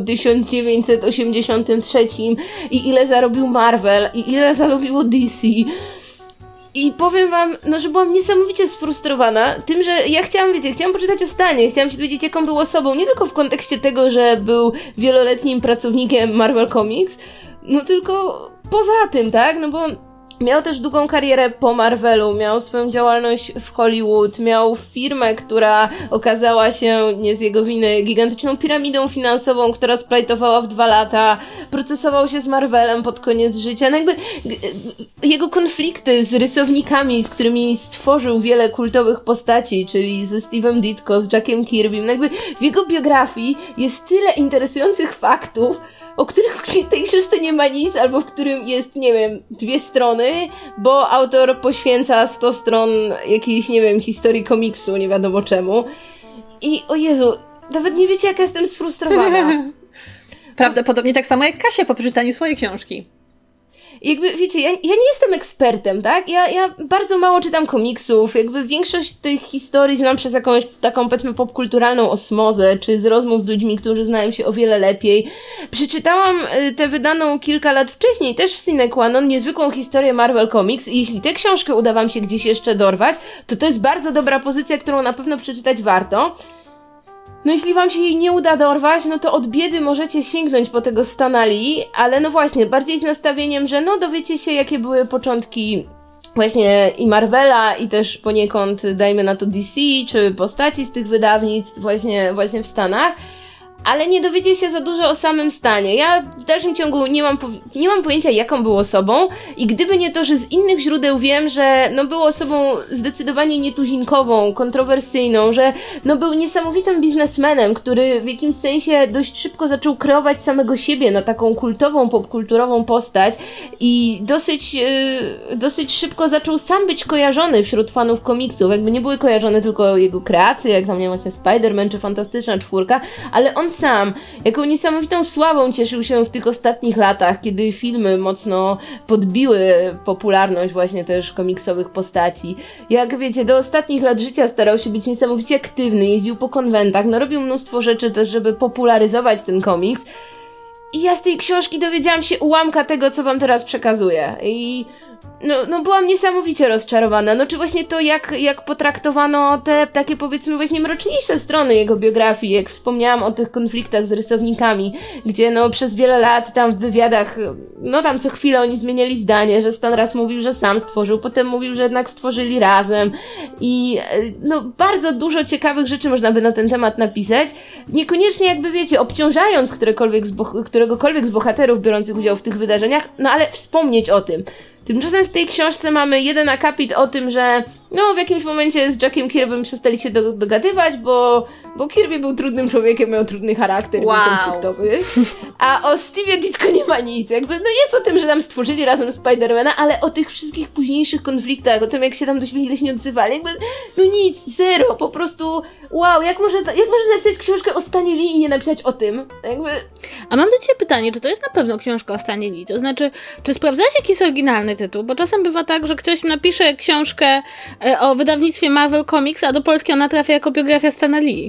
1983 i ile zarobił Marvel i ile zarobiło DC. I powiem wam, że byłam niesamowicie sfrustrowana tym, że ja chciałam poczytać o Stanie, chciałam się dowiedzieć, jaką był osobą, nie tylko w kontekście tego, że był wieloletnim pracownikiem Marvel Comics, tylko poza tym, tak, bo miał też długą karierę po Marvelu, miał swoją działalność w Hollywood, miał firmę, która okazała się, nie z jego winy, gigantyczną piramidą finansową, która splajtowała w 2 lata, procesował się z Marvelem pod koniec życia. Jego konflikty z rysownikami, z którymi stworzył wiele kultowych postaci, czyli ze Steve'em Ditko, z Jackiem Kirbym, w jego biografii jest tyle interesujących faktów, o których w tej książce nie ma nic, albo w którym jest, nie wiem, 2 strony, bo autor poświęca 100 stron jakiejś, nie wiem, historii komiksu, nie wiadomo czemu. I o Jezu, nawet nie wiecie, jaka jestem sfrustrowana. Prawdopodobnie tak samo jak Kasia po przeczytaniu swojej książki. Jakby, wiecie, ja nie jestem ekspertem, tak? Ja bardzo mało czytam komiksów, większość tych historii znam przez jakąś taką, powiedzmy, popkulturalną osmozę, czy z rozmów z ludźmi, którzy znają się o wiele lepiej. Przeczytałam tę wydaną kilka lat wcześniej, też w Sine Qua Non, niezwykłą historię Marvel Comics i jeśli tę książkę uda wam się gdzieś jeszcze dorwać, to jest bardzo dobra pozycja, którą na pewno przeczytać warto. Jeśli wam się jej nie uda dorwać, to od biedy możecie sięgnąć po tego Stana Lee, ale właśnie, bardziej z nastawieniem, że dowiecie się, jakie były początki właśnie i Marvela, i też poniekąd, dajmy na to DC, czy postaci z tych wydawnictw właśnie w Stanach, ale nie dowiecie się za dużo o samym Stanie. Ja w dalszym ciągu nie mam pojęcia, jaką był osobą i gdyby nie to, że z innych źródeł wiem, że był osobą zdecydowanie nietuzinkową, kontrowersyjną, że był niesamowitym biznesmenem, który w jakimś sensie dość szybko zaczął kreować samego siebie na taką kultową, popkulturową postać i dosyć szybko zaczął sam być kojarzony wśród fanów komiksów. Nie były kojarzone tylko jego kreacje, jak tam, nie wiem, właśnie Spider-Man czy Fantastyczna Czwórka, ale on sam, jaką niesamowitą sławą cieszył się w tych ostatnich latach, kiedy filmy mocno podbiły popularność właśnie też komiksowych postaci. Jak wiecie, do ostatnich lat życia starał się być niesamowicie aktywny, jeździł po konwentach, no robił mnóstwo rzeczy też, żeby popularyzować ten komiks. I ja z tej książki dowiedziałam się ułamka tego, co wam teraz przekazuję. I no byłam niesamowicie rozczarowana. No czy właśnie to, jak potraktowano te takie, powiedzmy, właśnie mroczniejsze strony jego biografii, jak wspomniałam o tych konfliktach z rysownikami, gdzie no przez wiele lat tam w wywiadach, no tam co chwilę oni zmieniali zdanie, że Stan raz mówił, że sam stworzył, potem mówił, że jednak stworzyli razem i no bardzo dużo ciekawych rzeczy można by na ten temat napisać. Niekoniecznie jakby wiecie, obciążając któregokolwiek z bohaterów biorących udział w tych wydarzeniach, no ale wspomnieć o tym. Tymczasem w tej książce mamy jeden akapit o tym, że no w jakimś momencie z Jackiem Kirbym przestali się dogadywać, bo Kirby był trudnym człowiekiem, miał trudny charakter, był konfliktowy. A o Steve'ie Ditko nie ma nic. Jakby, no jest o tym, że tam stworzyli razem Spidermana, ale o tych wszystkich późniejszych konfliktach, o tym, jak się tam do siebie ileś nie odzywali, jakby, no nic, zero, po prostu wow, jak może napisać książkę o Stanie Lee i nie napisać o tym? Jakby... A mam do ciebie pytanie, czy to jest na pewno książka o Stanie Lee? To znaczy, czy sprawdzałeś, jaki jest oryginalny tytuł? Bo czasem bywa tak, że ktoś napisze książkę o wydawnictwie Marvel Comics, a do Polski ona trafia jako biografia Stana Lee.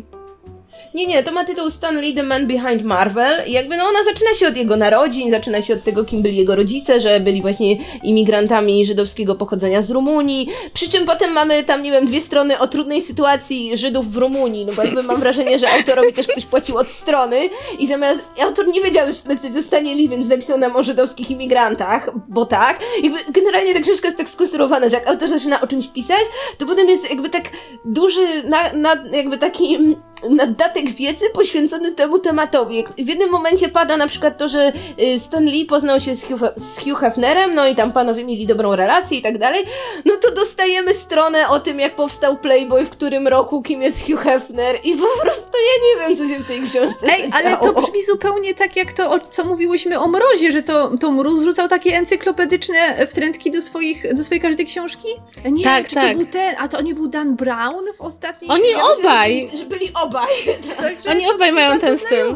Nie, to ma tytuł Stan Lee, The Man Behind Marvel. I jakby no ona zaczyna się od jego narodzin, zaczyna się od tego, kim byli jego rodzice, że byli właśnie imigrantami żydowskiego pochodzenia z Rumunii. Przy czym potem mamy tam, nie wiem, 2 strony o trudnej sytuacji Żydów w Rumunii, no bo jakby mam wrażenie, że autorowi też ktoś płacił od strony i zamiast... Autor nie wiedział już napisać o Stanie Lee, więc napisał nam o żydowskich imigrantach, bo tak. Jakby generalnie ta książka jest tak skonstruowana, że jak autor zaczyna o czymś pisać, to potem jest jakby tak duży, jakby taki naddatek wiedzy poświęcony temu tematowi. W jednym momencie pada na przykład to, że Stan Lee poznał się z Hugh Hefnerem, no i tam panowie mieli dobrą relację i tak dalej, no to dostajemy stronę o tym, jak powstał Playboy, w którym roku, kim jest Hugh Hefner i po prostu ja nie wiem, co się w tej książce zadziało. Ale to brzmi zupełnie tak, jak to, co mówiłyśmy o Mrozie, że to Mróz wrzucał takie encyklopedyczne wtrętki do swojej każdej książki? Nie tak, wiem, czy to był ten, a to nie był Dan Brown w ostatniej... Oni obaj! Że byli obaj. Także oni obaj mają ten styl.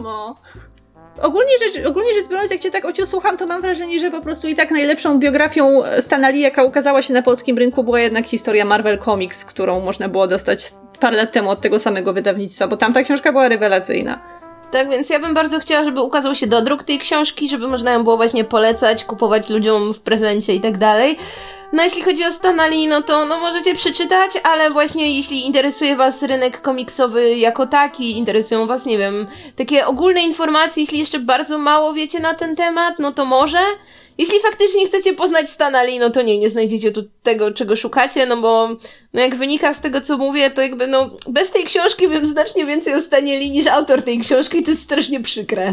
Ogólnie rzecz biorąc, jak cię tak słucham, to mam wrażenie, że po prostu i tak najlepszą biografią Stana Lee, jaka ukazała się na polskim rynku, była jednak historia Marvel Comics, którą można było dostać parę lat temu od tego samego wydawnictwa, bo tamta książka była rewelacyjna. Tak, więc ja bym bardzo chciała, żeby ukazał się dodruk tej książki, żeby można ją było właśnie polecać, kupować ludziom w prezencie i tak dalej. No jeśli chodzi o Stana Lee, no to możecie przeczytać, ale właśnie jeśli interesuje was rynek komiksowy jako taki, interesują was, nie wiem, takie ogólne informacje, jeśli jeszcze bardzo mało wiecie na ten temat, no to może. Jeśli faktycznie chcecie poznać Stana Lee, no to nie znajdziecie tu tego, czego szukacie, no bo no jak wynika z tego, co mówię, to jakby no bez tej książki wiem znacznie więcej o Stanie Lee niż autor tej książki i to jest strasznie przykre.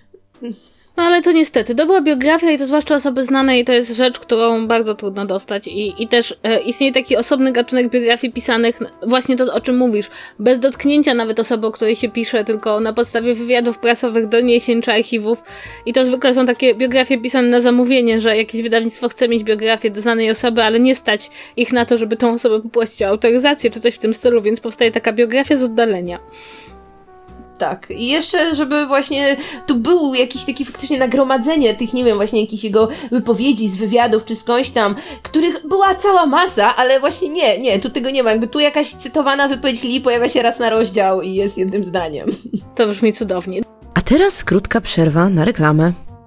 No ale to niestety, to była biografia i to zwłaszcza osoby znanej i to jest rzecz, którą bardzo trudno dostać i też istnieje taki osobny gatunek biografii pisanych, właśnie to, o czym mówisz, bez dotknięcia nawet osoby, o której się pisze, tylko na podstawie wywiadów prasowych, doniesień czy archiwów i to zwykle są takie biografie pisane na zamówienie, że jakieś wydawnictwo chce mieć biografię znanej osoby, ale nie stać ich na to, żeby tą osobę poprosić o autoryzację czy coś w tym stylu, więc powstaje taka biografia z oddalenia. Tak. I jeszcze, żeby właśnie tu był jakiś taki faktycznie nagromadzenie tych, nie wiem, właśnie jakichś jego wypowiedzi z wywiadów czy skądś tam, których była cała masa, ale właśnie nie, tu tego nie ma. Jakby tu jakaś cytowana wypowiedź Lee pojawia się raz na rozdział i jest jednym zdaniem. To brzmi cudownie. A teraz krótka przerwa na reklamę.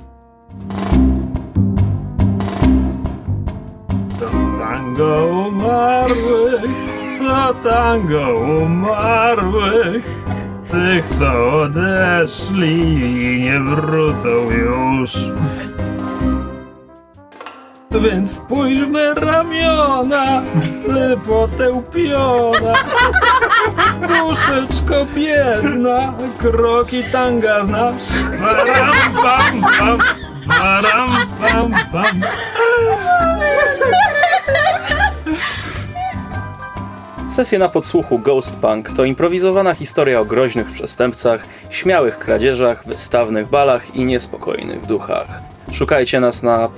Co tango umarłych, co tango umarłych, tych, co odeszli i nie wrócą już. Więc spójrzmy ramiona, cypotępiona, duszeczko biedna, kroki tanga znasz. Param, pam, pam, param, pam, pam. Sesje na podsłuchu Ghost Punk to improwizowana historia o groźnych przestępcach, śmiałych kradzieżach, wystawnych balach i niespokojnych duchach. Szukajcie nas na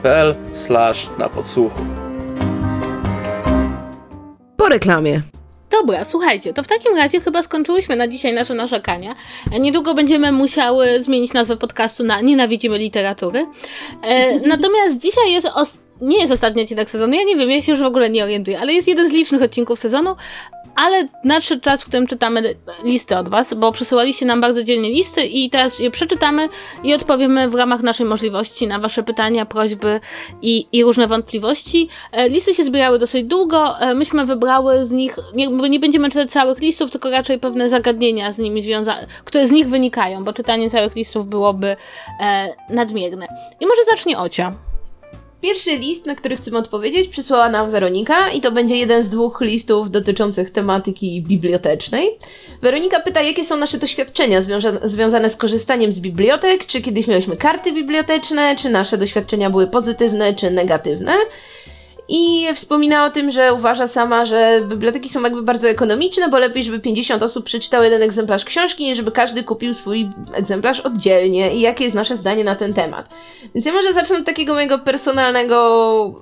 podsłuchane.pl/na podsłuchu. Po reklamie. Dobra, słuchajcie, to w takim razie chyba skończyłyśmy na dzisiaj nasze narzekania. Niedługo będziemy musiały zmienić nazwę podcastu na Nienawidzimy Literatury. Natomiast dzisiaj nie jest ostatni odcinek sezonu, ja nie wiem, ja się już w ogóle nie orientuję, ale jest jeden z licznych odcinków sezonu, ale nadszedł czas, w którym czytamy listy od was, bo przesyłaliście nam bardzo dzielnie listy i teraz je przeczytamy i odpowiemy w ramach naszej możliwości na wasze pytania, prośby i różne wątpliwości. Listy się zbierały dosyć długo, myśmy wybrały z nich, nie będziemy czytać całych listów, tylko raczej pewne zagadnienia z nimi związane, które z nich wynikają, bo czytanie całych listów byłoby nadmierne. I może zacznie Ocia. Pierwszy list, na który chcemy odpowiedzieć, przysłała nam Weronika i to będzie jeden z 2 listów dotyczących tematyki bibliotecznej. Weronika pyta, jakie są nasze doświadczenia związane z korzystaniem z bibliotek, czy kiedyś miałyśmy karty biblioteczne, czy nasze doświadczenia były pozytywne, czy negatywne. I wspomina o tym, że uważa sama, że biblioteki są jakby bardzo ekonomiczne, bo lepiej, żeby 50 osób przeczytało jeden egzemplarz książki, niż żeby każdy kupił swój egzemplarz oddzielnie. I jakie jest nasze zdanie na ten temat. Więc ja może zacznę od takiego mojego personalnego,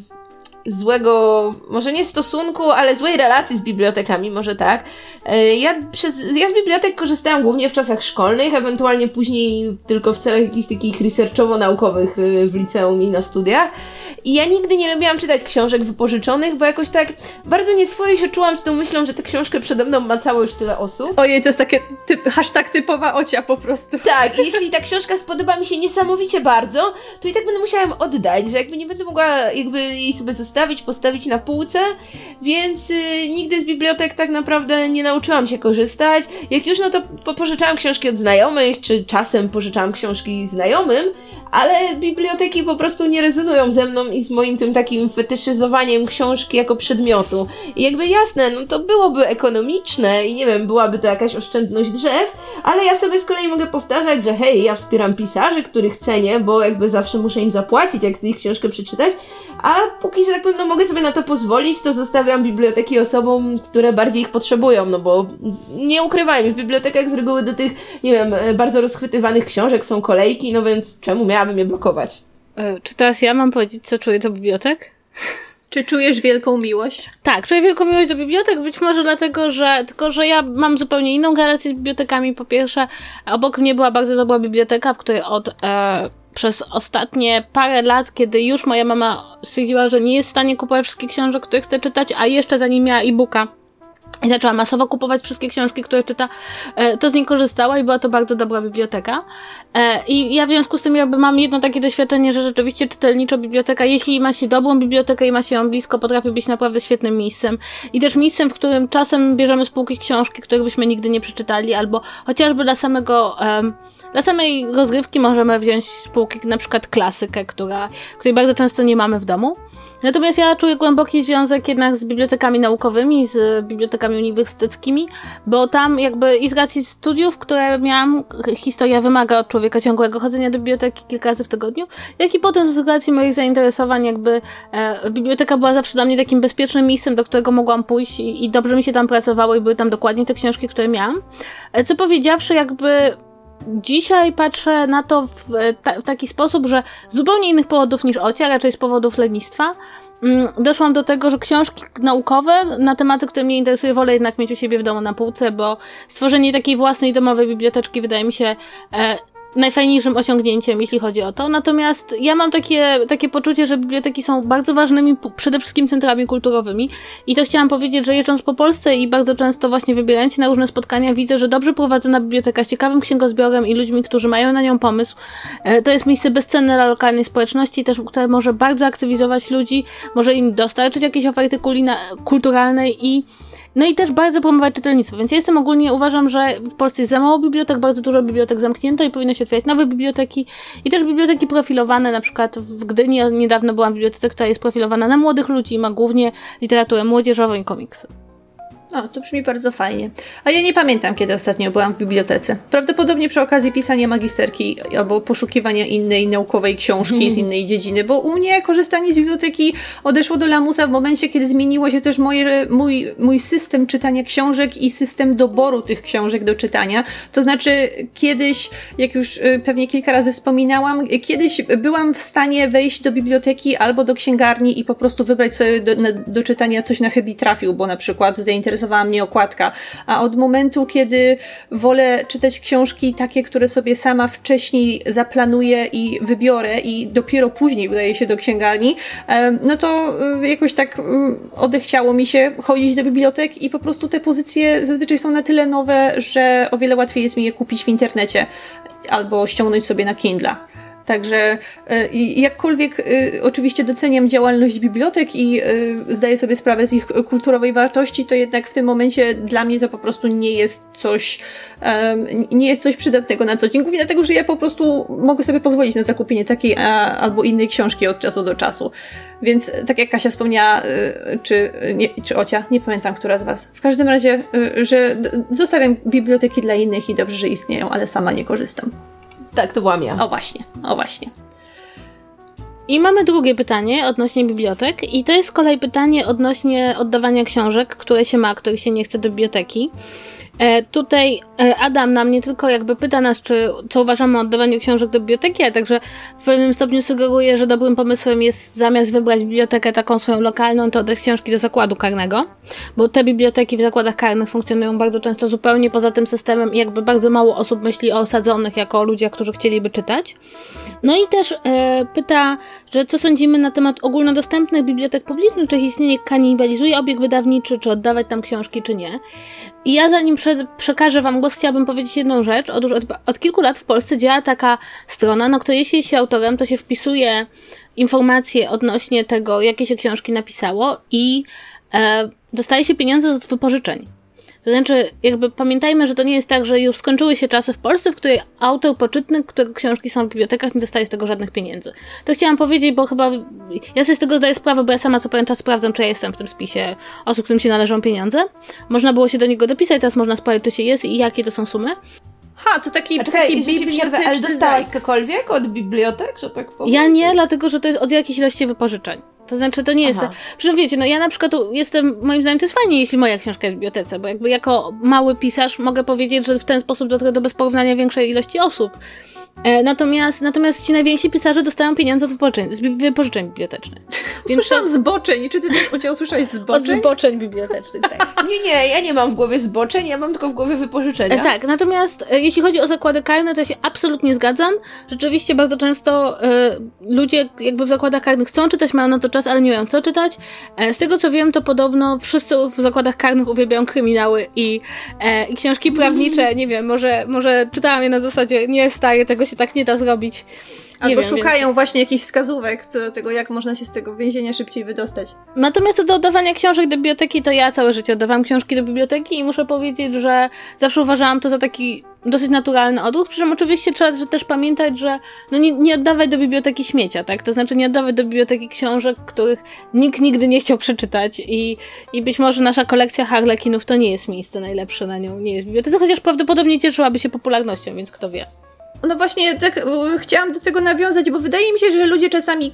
złego, może nie stosunku, ale złej relacji z bibliotekami, może tak. Ja z bibliotek korzystałam głównie w czasach szkolnych, ewentualnie później tylko w celach jakichś takich researchowo-naukowych w liceum i na studiach. I ja nigdy nie lubiłam czytać książek wypożyczonych, bo jakoś tak bardzo nieswojo się czułam z tą myślą, że tę książkę przede mną macało już tyle osób. Ojej, to jest takie hashtag typowa Ocia po prostu. Tak, jeśli ta książka spodoba mi się niesamowicie bardzo, to i tak będę musiała ją oddać, że jakby nie będę mogła jakby jej sobie zostawić, postawić na półce, więc nigdy z bibliotek tak naprawdę nie nauczyłam się korzystać. Jak już, no to pożyczałam książki od znajomych, czy czasem pożyczałam książki znajomym, ale biblioteki po prostu nie rezonują ze mną i z moim tym takim fetyszyzowaniem książki jako przedmiotu. I jakby jasne, no to byłoby ekonomiczne i nie wiem, byłaby to jakaś oszczędność drzew, ale ja sobie z kolei mogę powtarzać, że hej, ja wspieram pisarzy, których cenię, bo jakby zawsze muszę im zapłacić, jak chcę ich książkę przeczytać, a póki, że tak powiem, no mogę sobie na to pozwolić, to zostawiam biblioteki osobom, które bardziej ich potrzebują, no bo nie ukrywajmy, w bibliotekach z reguły do tych, nie wiem, bardzo rozchwytywanych książek są kolejki, no więc czemu miałabym je blokować? Czy teraz ja mam powiedzieć, co czuję do bibliotek? Czy czujesz wielką miłość? Tak, czuję wielką miłość do bibliotek, być może dlatego, że ja mam zupełnie inną relację z bibliotekami. Po pierwsze, obok mnie była bardzo dobra biblioteka, w której przez ostatnie parę lat, kiedy już moja mama stwierdziła, że nie jest w stanie kupować wszystkich książek, które chce czytać, a jeszcze zanim miała e-booka i zaczęła masowo kupować wszystkie książki, które czyta, to z niej korzystała i była to bardzo dobra biblioteka. I ja w związku z tym jakby mam jedno takie doświadczenie, że rzeczywiście czytelniczo biblioteka, jeśli ma się dobrą bibliotekę i ma się ją blisko, potrafi być naprawdę świetnym miejscem. I też miejscem, w którym czasem bierzemy z półki książki, których byśmy nigdy nie przeczytali, albo chociażby dla samej rozrywki możemy wziąć z półki na przykład klasykę, której bardzo często nie mamy w domu. Natomiast ja czuję głęboki związek jednak z bibliotekami naukowymi, z bibliotekami uniwersyteckimi, bo tam jakby i z racji studiów, które miałam, historia wymaga od człowieka ciągłego chodzenia do biblioteki kilka razy w tygodniu, jak i potem z racji moich zainteresowań jakby biblioteka była zawsze dla mnie takim bezpiecznym miejscem, do którego mogłam pójść i dobrze mi się tam pracowało i były tam dokładnie te książki, które miałam. Co powiedziawszy, jakby dzisiaj patrzę na to w taki sposób, że z zupełnie innych powodów niż Ocia, raczej z powodów lenistwa, doszłam do tego, że książki naukowe na tematy, które mnie interesuje, wolę jednak mieć u siebie w domu na półce, bo stworzenie takiej własnej domowej biblioteczki wydaje mi się najfajniejszym osiągnięciem, jeśli chodzi o to. Natomiast ja mam takie poczucie, że biblioteki są bardzo ważnymi, przede wszystkim centrami kulturowymi i to chciałam powiedzieć, że jeżdżąc po Polsce i bardzo często właśnie wybierając się na różne spotkania, widzę, że dobrze prowadzona biblioteka z ciekawym księgozbiorem i ludźmi, którzy mają na nią pomysł, to jest miejsce bezcenne dla lokalnej społeczności, też które może bardzo aktywizować ludzi, może im dostarczyć jakieś oferty kulturalnej no i też bardzo promować czytelnictwo, więc ja uważam, że w Polsce jest za mało bibliotek, bardzo dużo bibliotek zamknięto i powinno się otwierać nowe biblioteki i też biblioteki profilowane, na przykład w Gdyni niedawno byłam w bibliotece, która jest profilowana na młodych ludzi i ma głównie literaturę młodzieżową i komiksy. O, to brzmi bardzo fajnie. A ja nie pamiętam, kiedy ostatnio byłam w bibliotece. Prawdopodobnie przy okazji pisania magisterki albo poszukiwania innej naukowej książki z innej dziedziny, bo u mnie korzystanie z biblioteki odeszło do lamusa w momencie, kiedy zmieniło się też mój system czytania książek i system doboru tych książek do czytania. To znaczy kiedyś, jak już pewnie kilka razy wspominałam, kiedyś byłam w stanie wejść do biblioteki albo do księgarni i po prostu wybrać sobie do czytania coś na chybi trafił, bo na przykład zainteresowałam interesowała mnie okładka. A od momentu, kiedy wolę czytać książki takie, które sobie sama wcześniej zaplanuję i wybiorę i dopiero później udaję się do księgarni, no to jakoś tak odechciało mi się chodzić do bibliotek i po prostu te pozycje zazwyczaj są na tyle nowe, że o wiele łatwiej jest mi je kupić w internecie albo ściągnąć sobie na Kindle. Także jakkolwiek oczywiście doceniam działalność bibliotek i zdaję sobie sprawę z ich kulturowej wartości, to jednak w tym momencie dla mnie to po prostu nie jest coś przydatnego na co dzień. Głównie dlatego, że ja po prostu mogę sobie pozwolić na zakupienie takiej albo innej książki od czasu do czasu. Więc tak jak Kasia wspomniała, czy Ocia, nie pamiętam, która z was. W każdym razie, że zostawiam biblioteki dla innych i dobrze, że istnieją, ale sama nie korzystam. Tak, to byłam ja. O właśnie. I mamy drugie pytanie odnośnie bibliotek i to jest z kolei pytanie odnośnie oddawania książek, które się ma, których się nie chce do biblioteki. Tutaj Adam nam nie tylko jakby pyta nas, co uważamy o oddawaniu książek do biblioteki, ale także w pewnym stopniu sugeruje, że dobrym pomysłem jest zamiast wybrać bibliotekę taką swoją lokalną, to oddać książki do zakładu karnego, bo te biblioteki w zakładach karnych funkcjonują bardzo często zupełnie poza tym systemem i jakby bardzo mało osób myśli o osadzonych jako o ludziach, którzy chcieliby czytać. No i też pyta, że co sądzimy na temat ogólnodostępnych bibliotek publicznych, czy ich istnienie kanibalizuje obieg wydawniczy, czy oddawać tam książki, czy nie. I ja zanim przekażę wam głos, chciałabym powiedzieć jedną rzecz. Otóż od kilku lat w Polsce działa taka strona, na której jeśli jest się autorem, to się wpisuje informacje odnośnie tego, jakie się książki napisało i dostaje się pieniądze z wypożyczeń. To znaczy, jakby pamiętajmy, że to nie jest tak, że już skończyły się czasy w Polsce, w której autor poczytny, którego książki są w bibliotekach, nie dostaje z tego żadnych pieniędzy. To chciałam powiedzieć, bo chyba ja sobie z tego zdaję sprawę, bo ja sama co pewien czas sprawdzam, czy ja jestem w tym spisie osób, którym się należą pieniądze. Można było się do niego dopisać, teraz można sprawdzić, czy się jest i jakie to są sumy. To taki biblioteczny. Ale dostałaś cokolwiek od bibliotek, że tak powiem? Ja nie, dlatego że to jest od jakiejś ilości wypożyczeń. To znaczy, to nie jest... Przecież wiecie, ja na przykład jestem, moim zdaniem to jest fajnie, jeśli moja książka jest w bibliotece, bo jakby jako mały pisarz mogę powiedzieć, że w ten sposób dotrę do bez porównania większej ilości osób. Natomiast ci najwięksi pisarze dostają pieniądze od wypożyczeń bibliotecznych. Usłyszałam zboczeń. Czy ty też usłyszałeś zboczeń? Od zboczeń bibliotecznych, tak. Nie, ja nie mam w głowie zboczeń, ja mam tylko w głowie wypożyczenia. Tak, natomiast jeśli chodzi o zakłady karne, to ja się absolutnie zgadzam. Rzeczywiście bardzo często ludzie jakby w zakładach karnych chcą czytać, mają na to czas, ale nie mają co czytać. Z tego co wiem, to podobno wszyscy w zakładach karnych uwielbiają kryminały i książki prawnicze, nie wiem, może czytałam je na zasadzie, nie stary, tego się tak nie da zrobić. Albo szukają właśnie jakichś wskazówek co do tego, jak można się z tego więzienia szybciej wydostać. Natomiast do oddawania książek do biblioteki, to ja całe życie oddawałam książki do biblioteki i muszę powiedzieć, że zawsze uważałam to za taki dosyć naturalny odruch, przy czym oczywiście trzeba też pamiętać, że nie oddawać do biblioteki śmiecia, tak? To znaczy nie oddawać do biblioteki książek, których nikt nigdy nie chciał przeczytać i być może nasza kolekcja Harlekinów to nie jest miejsce najlepsze na nią, nie jest w bibliotece, chociaż prawdopodobnie cieszyłaby się popularnością, więc kto wie. No właśnie, tak chciałam do tego nawiązać, bo wydaje mi się, że ludzie czasami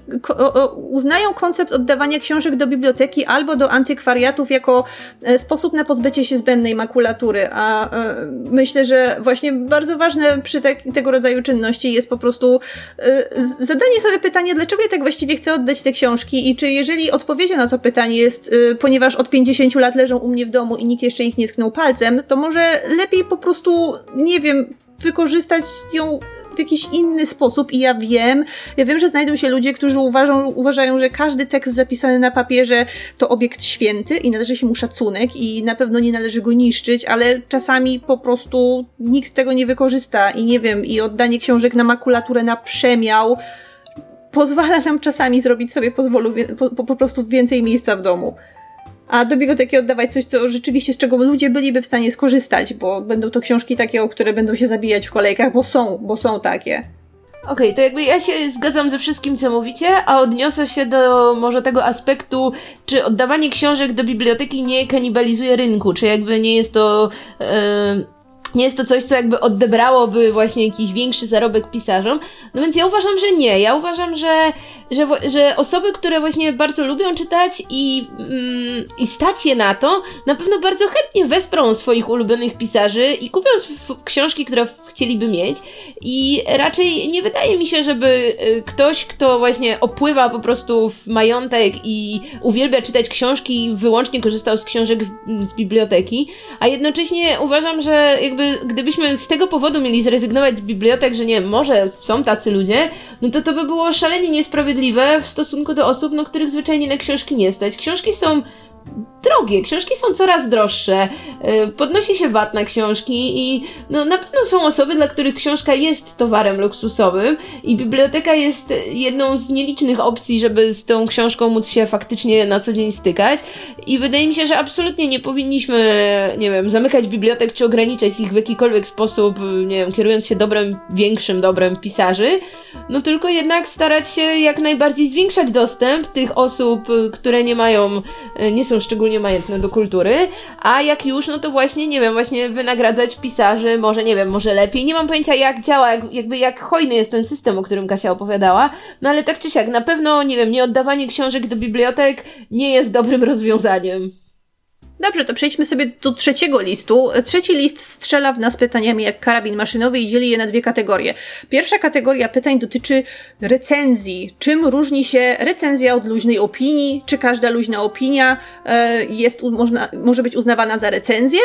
uznają koncept oddawania książek do biblioteki albo do antykwariatów jako sposób na pozbycie się zbędnej makulatury, a myślę, że właśnie bardzo ważne przy tego rodzaju czynności jest po prostu zadanie sobie pytania, dlaczego ja tak właściwie chcę oddać te książki i czy jeżeli odpowiedzią na to pytanie jest, ponieważ od 50 lat leżą u mnie w domu i nikt jeszcze ich nie tknął palcem, to może lepiej po prostu, nie wiem, wykorzystać ją w jakiś inny sposób i ja wiem, że znajdą się ludzie, którzy uważają, że każdy tekst zapisany na papierze to obiekt święty i należy się mu szacunek i na pewno nie należy go niszczyć, ale czasami po prostu nikt tego nie wykorzysta i nie wiem, i oddanie książek na makulaturę, na przemiał pozwala nam czasami zrobić sobie po prostu więcej miejsca w domu. A do biblioteki oddawać coś, co rzeczywiście z czego ludzie byliby w stanie skorzystać, bo będą to książki takie, o które będą się zabijać w kolejkach, bo są takie. Okej, to jakby ja się zgadzam ze wszystkim, co mówicie, a odniosę się do może tego aspektu, czy oddawanie książek do biblioteki nie kanibalizuje rynku, czy jakby nie jest to nie jest to coś, co jakby odebrałoby właśnie jakiś większy zarobek pisarzom. No więc ja uważam, że nie. Ja uważam, że osoby, które właśnie bardzo lubią czytać i stać je na to, na pewno bardzo chętnie wesprą swoich ulubionych pisarzy i kupią książki, które chcieliby mieć. I raczej nie wydaje mi się, żeby ktoś, kto właśnie opływa po prostu w majątek i uwielbia czytać książki, wyłącznie korzystał z książek z biblioteki, a jednocześnie uważam, że jakby gdybyśmy z tego powodu mieli zrezygnować z bibliotek, że nie wiem, może są tacy ludzie, no to by było szalenie niesprawiedliwe w stosunku do osób, no, których zwyczajnie na książki nie stać. Książki są drogie, książki są coraz droższe, podnosi się VAT na książki i no, na pewno są osoby, dla których książka jest towarem luksusowym i biblioteka jest jedną z nielicznych opcji, żeby z tą książką móc się faktycznie na co dzień stykać i wydaje mi się, że absolutnie nie powinniśmy, nie wiem, zamykać bibliotek czy ograniczać ich w jakikolwiek sposób, nie wiem, kierując się większym dobrem pisarzy, no tylko jednak starać się jak najbardziej zwiększać dostęp tych osób, które nie są szczególnie majętne do kultury, a jak już, no to właśnie, nie wiem, właśnie wynagradzać pisarzy, może lepiej. Nie mam pojęcia, jak działa, jak hojny jest ten system, o którym Kasia opowiadała, no ale tak czy siak, na pewno, nie wiem, nie oddawanie książek do bibliotek nie jest dobrym rozwiązaniem. Dobrze, to przejdźmy sobie do trzeciego listu. Trzeci list strzela w nas pytaniami jak karabin maszynowy i dzieli je na 2 kategorie. Pierwsza kategoria pytań dotyczy recenzji. Czym różni się recenzja od luźnej opinii? Czy każda luźna opinia może być uznawana za recenzję?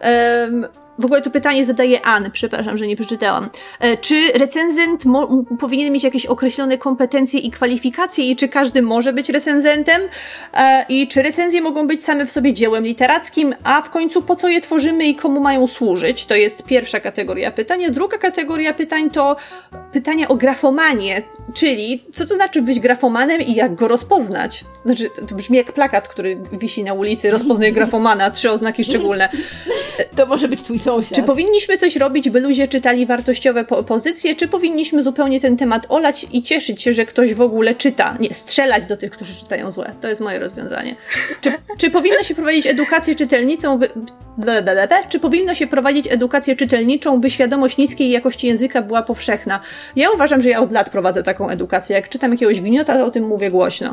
W ogóle to pytanie zadaje Ann, przepraszam, że nie przeczytałam. Czy recenzent powinien mieć jakieś określone kompetencje i kwalifikacje i czy każdy może być recenzentem? I czy recenzje mogą być same w sobie dziełem literackim? A w końcu po co je tworzymy i komu mają służyć? To jest pierwsza kategoria pytań. Druga kategoria pytań to pytania o grafomanię, czyli co to znaczy być grafomanem i jak go rozpoznać? Znaczy, to brzmi jak plakat, który wisi na ulicy, rozpoznaj grafomana, 3 oznaki szczególne. To może być twój sąsiad. Czy powinniśmy coś robić, by ludzie czytali wartościowe pozycje, czy powinniśmy zupełnie ten temat olać i cieszyć się, że ktoś w ogóle czyta? Nie, strzelać do tych, którzy czytają złe. To jest moje rozwiązanie. Czy powinno się prowadzić edukację czytelnicą, Czy powinno się prowadzić edukację czytelniczą, by świadomość niskiej jakości języka była powszechna? Ja uważam, że ja od lat prowadzę taką edukację. Jak czytam jakiegoś gniota, to o tym mówię głośno.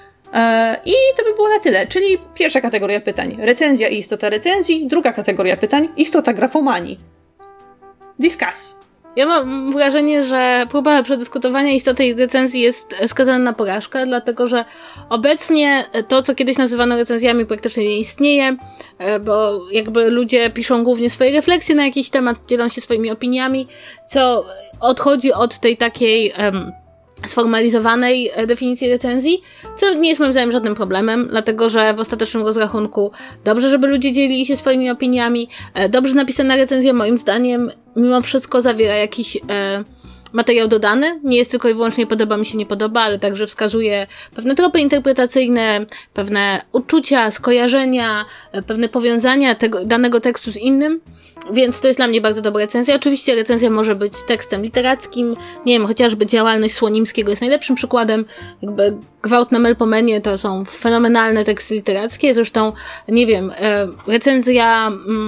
I to by było na tyle. Czyli pierwsza kategoria pytań. Recenzja i istota recenzji. Druga kategoria pytań. Istota grafomanii. Discuss. Ja mam wrażenie, że próba przedyskutowania istoty recenzji jest skazana na porażkę, dlatego że obecnie to, co kiedyś nazywano recenzjami, praktycznie nie istnieje, bo jakby ludzie piszą głównie swoje refleksje na jakiś temat, dzielą się swoimi opiniami, co odchodzi od tej takiej sformalizowanej definicji recenzji, co nie jest moim zdaniem żadnym problemem, dlatego że w ostatecznym rozrachunku dobrze, żeby ludzie dzielili się swoimi opiniami, dobrze napisana recenzja moim zdaniem mimo wszystko zawiera jakiś materiał dodany, nie jest tylko i wyłącznie podoba mi się, nie podoba, ale także wskazuje pewne tropy interpretacyjne, pewne uczucia, skojarzenia, pewne powiązania danego tekstu z innym, więc to jest dla mnie bardzo dobra recenzja. Oczywiście recenzja może być tekstem literackim, nie wiem, chociażby działalność Słonimskiego jest najlepszym przykładem, jakby Gwałt na Melpomenie to są fenomenalne teksty literackie, zresztą, nie wiem, recenzja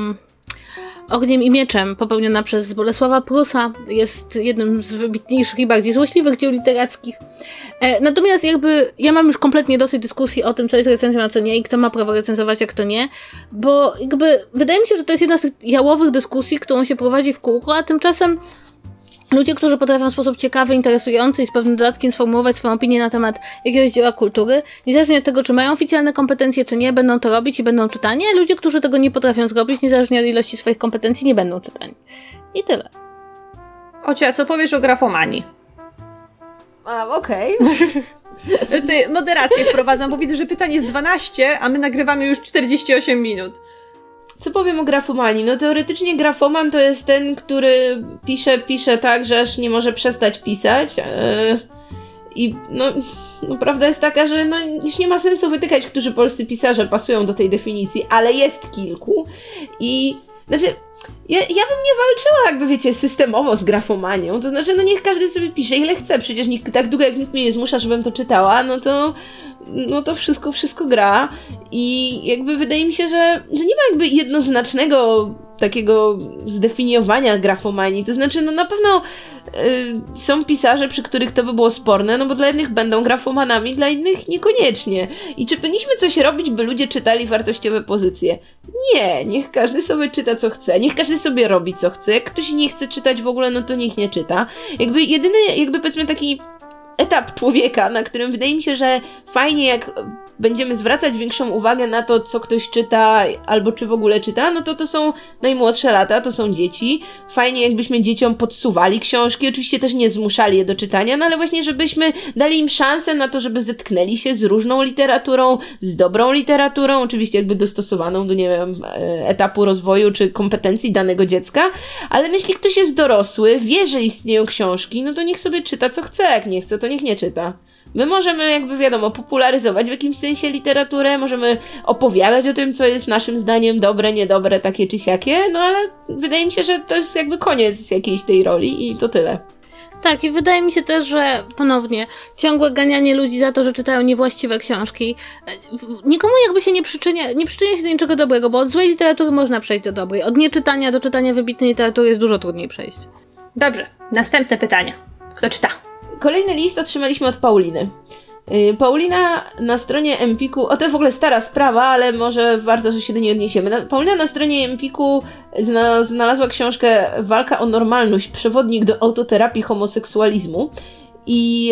Ogniem i Mieczem, popełniona przez Bolesława Prusa, jest jednym z wybitniejszych i bardziej złośliwych dzieł literackich. Natomiast jakby ja mam już kompletnie dosyć dyskusji o tym, co jest recenzją, a co nie i kto ma prawo recenzować, a kto nie, bo jakby wydaje mi się, że to jest jedna z tych jałowych dyskusji, którą się prowadzi w kółko, a tymczasem ludzie, którzy potrafią w sposób ciekawy, interesujący i z pewnym dodatkiem sformułować swoją opinię na temat jakiegoś dzieła kultury, niezależnie od tego, czy mają oficjalne kompetencje, czy nie, będą to robić i będą czytani, a ludzie, którzy tego nie potrafią zrobić, niezależnie od ilości swoich kompetencji, nie będą czytani. I tyle. Ocia, co powiesz o grafomanii? Okej. Ty moderację wprowadzam, bo widzę, że pytań jest 12, a my nagrywamy już 48 minut. Co powiem o grafomanii? No teoretycznie grafoman to jest ten, który pisze tak, że aż nie może przestać pisać. I no prawda jest taka, że no już nie ma sensu wytykać, którzy polscy pisarze pasują do tej definicji, ale jest kilku. I znaczy ja bym nie walczyła jakby, wiecie, systemowo z grafomanią. To znaczy, no niech każdy sobie pisze ile chce. Przecież tak długo jak nikt mnie nie zmusza, żebym to czytała, no to wszystko gra i jakby wydaje mi się, że nie ma jakby jednoznacznego takiego zdefiniowania grafomanii. To znaczy, no na pewno są pisarze, przy których to by było sporne, no bo dla jednych będą grafomanami, dla innych niekoniecznie. I czy powinniśmy coś robić, by ludzie czytali wartościowe pozycje? Nie, niech każdy sobie czyta co chce, niech każdy sobie robi co chce. Jak ktoś nie chce czytać w ogóle, no to niech nie czyta. Jedyny powiedzmy taki etap człowieka, na którym wydaje mi się, że fajnie jak będziemy zwracać większą uwagę na to, co ktoś czyta, albo czy w ogóle czyta, no to są najmłodsze lata, to są dzieci. Fajnie jakbyśmy dzieciom podsuwali książki, oczywiście też nie zmuszali je do czytania, no ale właśnie żebyśmy dali im szansę na to, żeby zetknęli się z różną literaturą, z dobrą literaturą, oczywiście jakby dostosowaną do, nie wiem, etapu rozwoju czy kompetencji danego dziecka, ale jeśli ktoś jest dorosły, wie, że istnieją książki, no to niech sobie czyta co chce, jak nie chce, to niech nie czyta. My możemy jakby, wiadomo, popularyzować w jakimś sensie literaturę, możemy opowiadać o tym, co jest naszym zdaniem dobre, niedobre, takie czy siakie, no ale wydaje mi się, że to jest jakby koniec jakiejś tej roli i to tyle. Tak, i wydaje mi się też, że ponownie ciągłe ganianie ludzi za to, że czytają niewłaściwe książki, nikomu jakby się nie przyczynia się do niczego dobrego, bo od złej literatury można przejść do dobrej. Od nieczytania do czytania wybitnej literatury jest dużo trudniej przejść. Dobrze, następne pytanie. Kto czyta? Kolejny list otrzymaliśmy od Pauliny. Paulina na stronie Empiku, to jest w ogóle stara sprawa, ale może warto, że się do niej odniesiemy. Paulina na stronie Empiku znalazła książkę Walka o normalność, przewodnik do autoterapii homoseksualizmu. I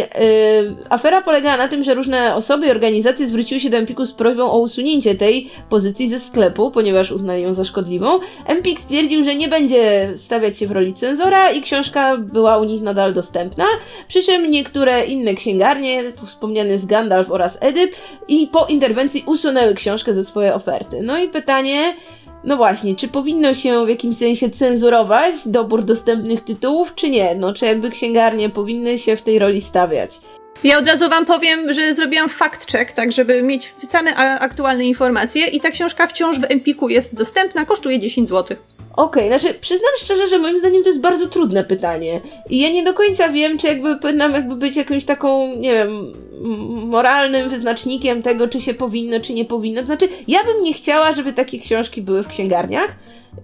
afera polegała na tym, że różne osoby i organizacje zwróciły się do Empiku z prośbą o usunięcie tej pozycji ze sklepu, ponieważ uznali ją za szkodliwą. Empik stwierdził, że nie będzie stawiać się w roli cenzora i książka była u nich nadal dostępna, przy czym niektóre inne księgarnie, tu wspomniany jest Gandalf oraz Edyp, i po interwencji usunęły książkę ze swojej oferty. No i pytanie... No właśnie, czy powinno się w jakimś sensie cenzurować dobór dostępnych tytułów, czy nie? No, czy jakby księgarnie powinny się w tej roli stawiać? Ja od razu wam powiem, że zrobiłam fact check, tak żeby mieć same aktualne informacje i ta książka wciąż w Empiku jest dostępna, kosztuje 10 zł. Okej, znaczy przyznam szczerze, że moim zdaniem to jest bardzo trudne pytanie. I ja nie do końca wiem, czy jakby powinnam być jakąś taką, nie wiem, moralnym wyznacznikiem tego, czy się powinno, czy nie powinno. To znaczy, ja bym nie chciała, żeby takie książki były w księgarniach,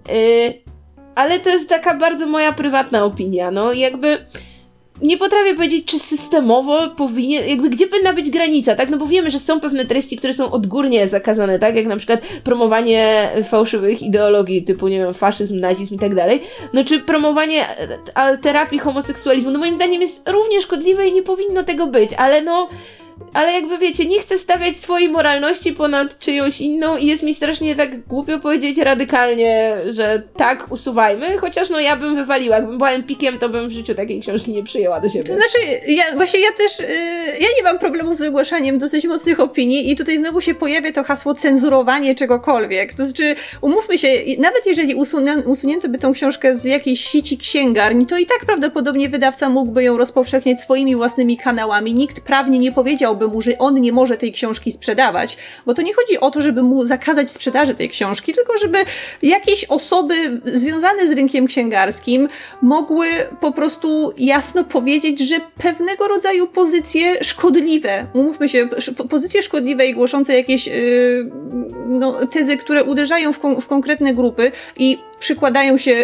ale to jest taka bardzo moja prywatna opinia. No jakby... Nie potrafię powiedzieć, czy systemowo gdzie powinna być granica, tak? No bo wiemy, że są pewne treści, które są odgórnie zakazane, tak? Jak na przykład promowanie fałszywych ideologii, typu, nie wiem, faszyzm, nazizm i tak dalej. No czy promowanie terapii homoseksualizmu, no moim zdaniem jest równie szkodliwe i nie powinno tego być, ale jakby wiecie, nie chcę stawiać swojej moralności ponad czyjąś inną i jest mi strasznie tak głupio powiedzieć radykalnie, że tak, usuwajmy, chociaż ja bym wywaliła, jakbym była Empikiem, to bym w życiu takiej książki nie przyjęła do siebie. To znaczy, ja nie mam problemów z wygłaszaniem dosyć mocnych opinii i tutaj znowu się pojawia to hasło cenzurowanie czegokolwiek. To znaczy, umówmy się, nawet jeżeli usunięto by tą książkę z jakiejś sieci księgarni, to i tak prawdopodobnie wydawca mógłby ją rozpowszechniać swoimi własnymi kanałami. Nikt prawnie nie powiedziałby mu, że on nie może tej książki sprzedawać, bo to nie chodzi o to, żeby mu zakazać sprzedaży tej książki, tylko żeby jakieś osoby związane z rynkiem księgarskim mogły po prostu jasno powiedzieć, że pewnego rodzaju pozycje szkodliwe, umówmy się, pozycje szkodliwe i głoszące jakieś tezy, które uderzają w konkretne grupy i przykładają się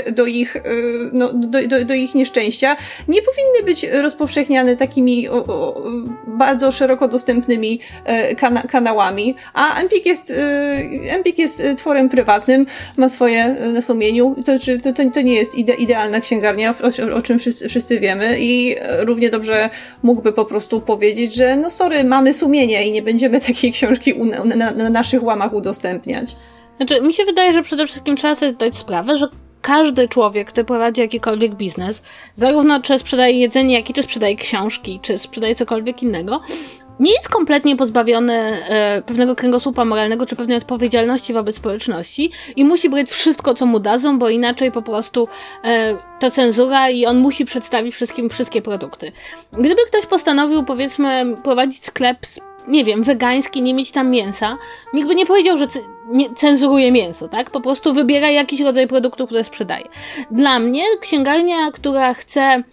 do ich nieszczęścia, nie powinny być rozpowszechniane takimi bardzo szeroko dostępnymi kanałami, a Empik jest tworem prywatnym, ma swoje na sumieniu, to nie jest idealna księgarnia, o czym wszyscy wiemy i równie dobrze mógłby po prostu powiedzieć, że sorry, mamy sumienie i nie będziemy takiej książki na naszych łamach udostępniać. Znaczy, mi się wydaje, że przede wszystkim trzeba sobie zdać sprawę, że każdy człowiek, który prowadzi jakikolwiek biznes, zarówno czy sprzedaje jedzenie, jak i czy sprzedaje książki, czy sprzedaje cokolwiek innego, nie jest kompletnie pozbawiony pewnego kręgosłupa moralnego, czy pewnej odpowiedzialności wobec społeczności i musi brać wszystko, co mu dadzą, bo inaczej po prostu to cenzura i on musi przedstawić wszystkie produkty. Gdyby ktoś postanowił, powiedzmy, prowadzić sklep nie wiem, wegański, nie mieć tam mięsa, nikt by nie powiedział, że cenzuruje mięso, tak? Po prostu wybiera jakiś rodzaj produktu, który sprzedaje. Dla mnie księgarnia, która chce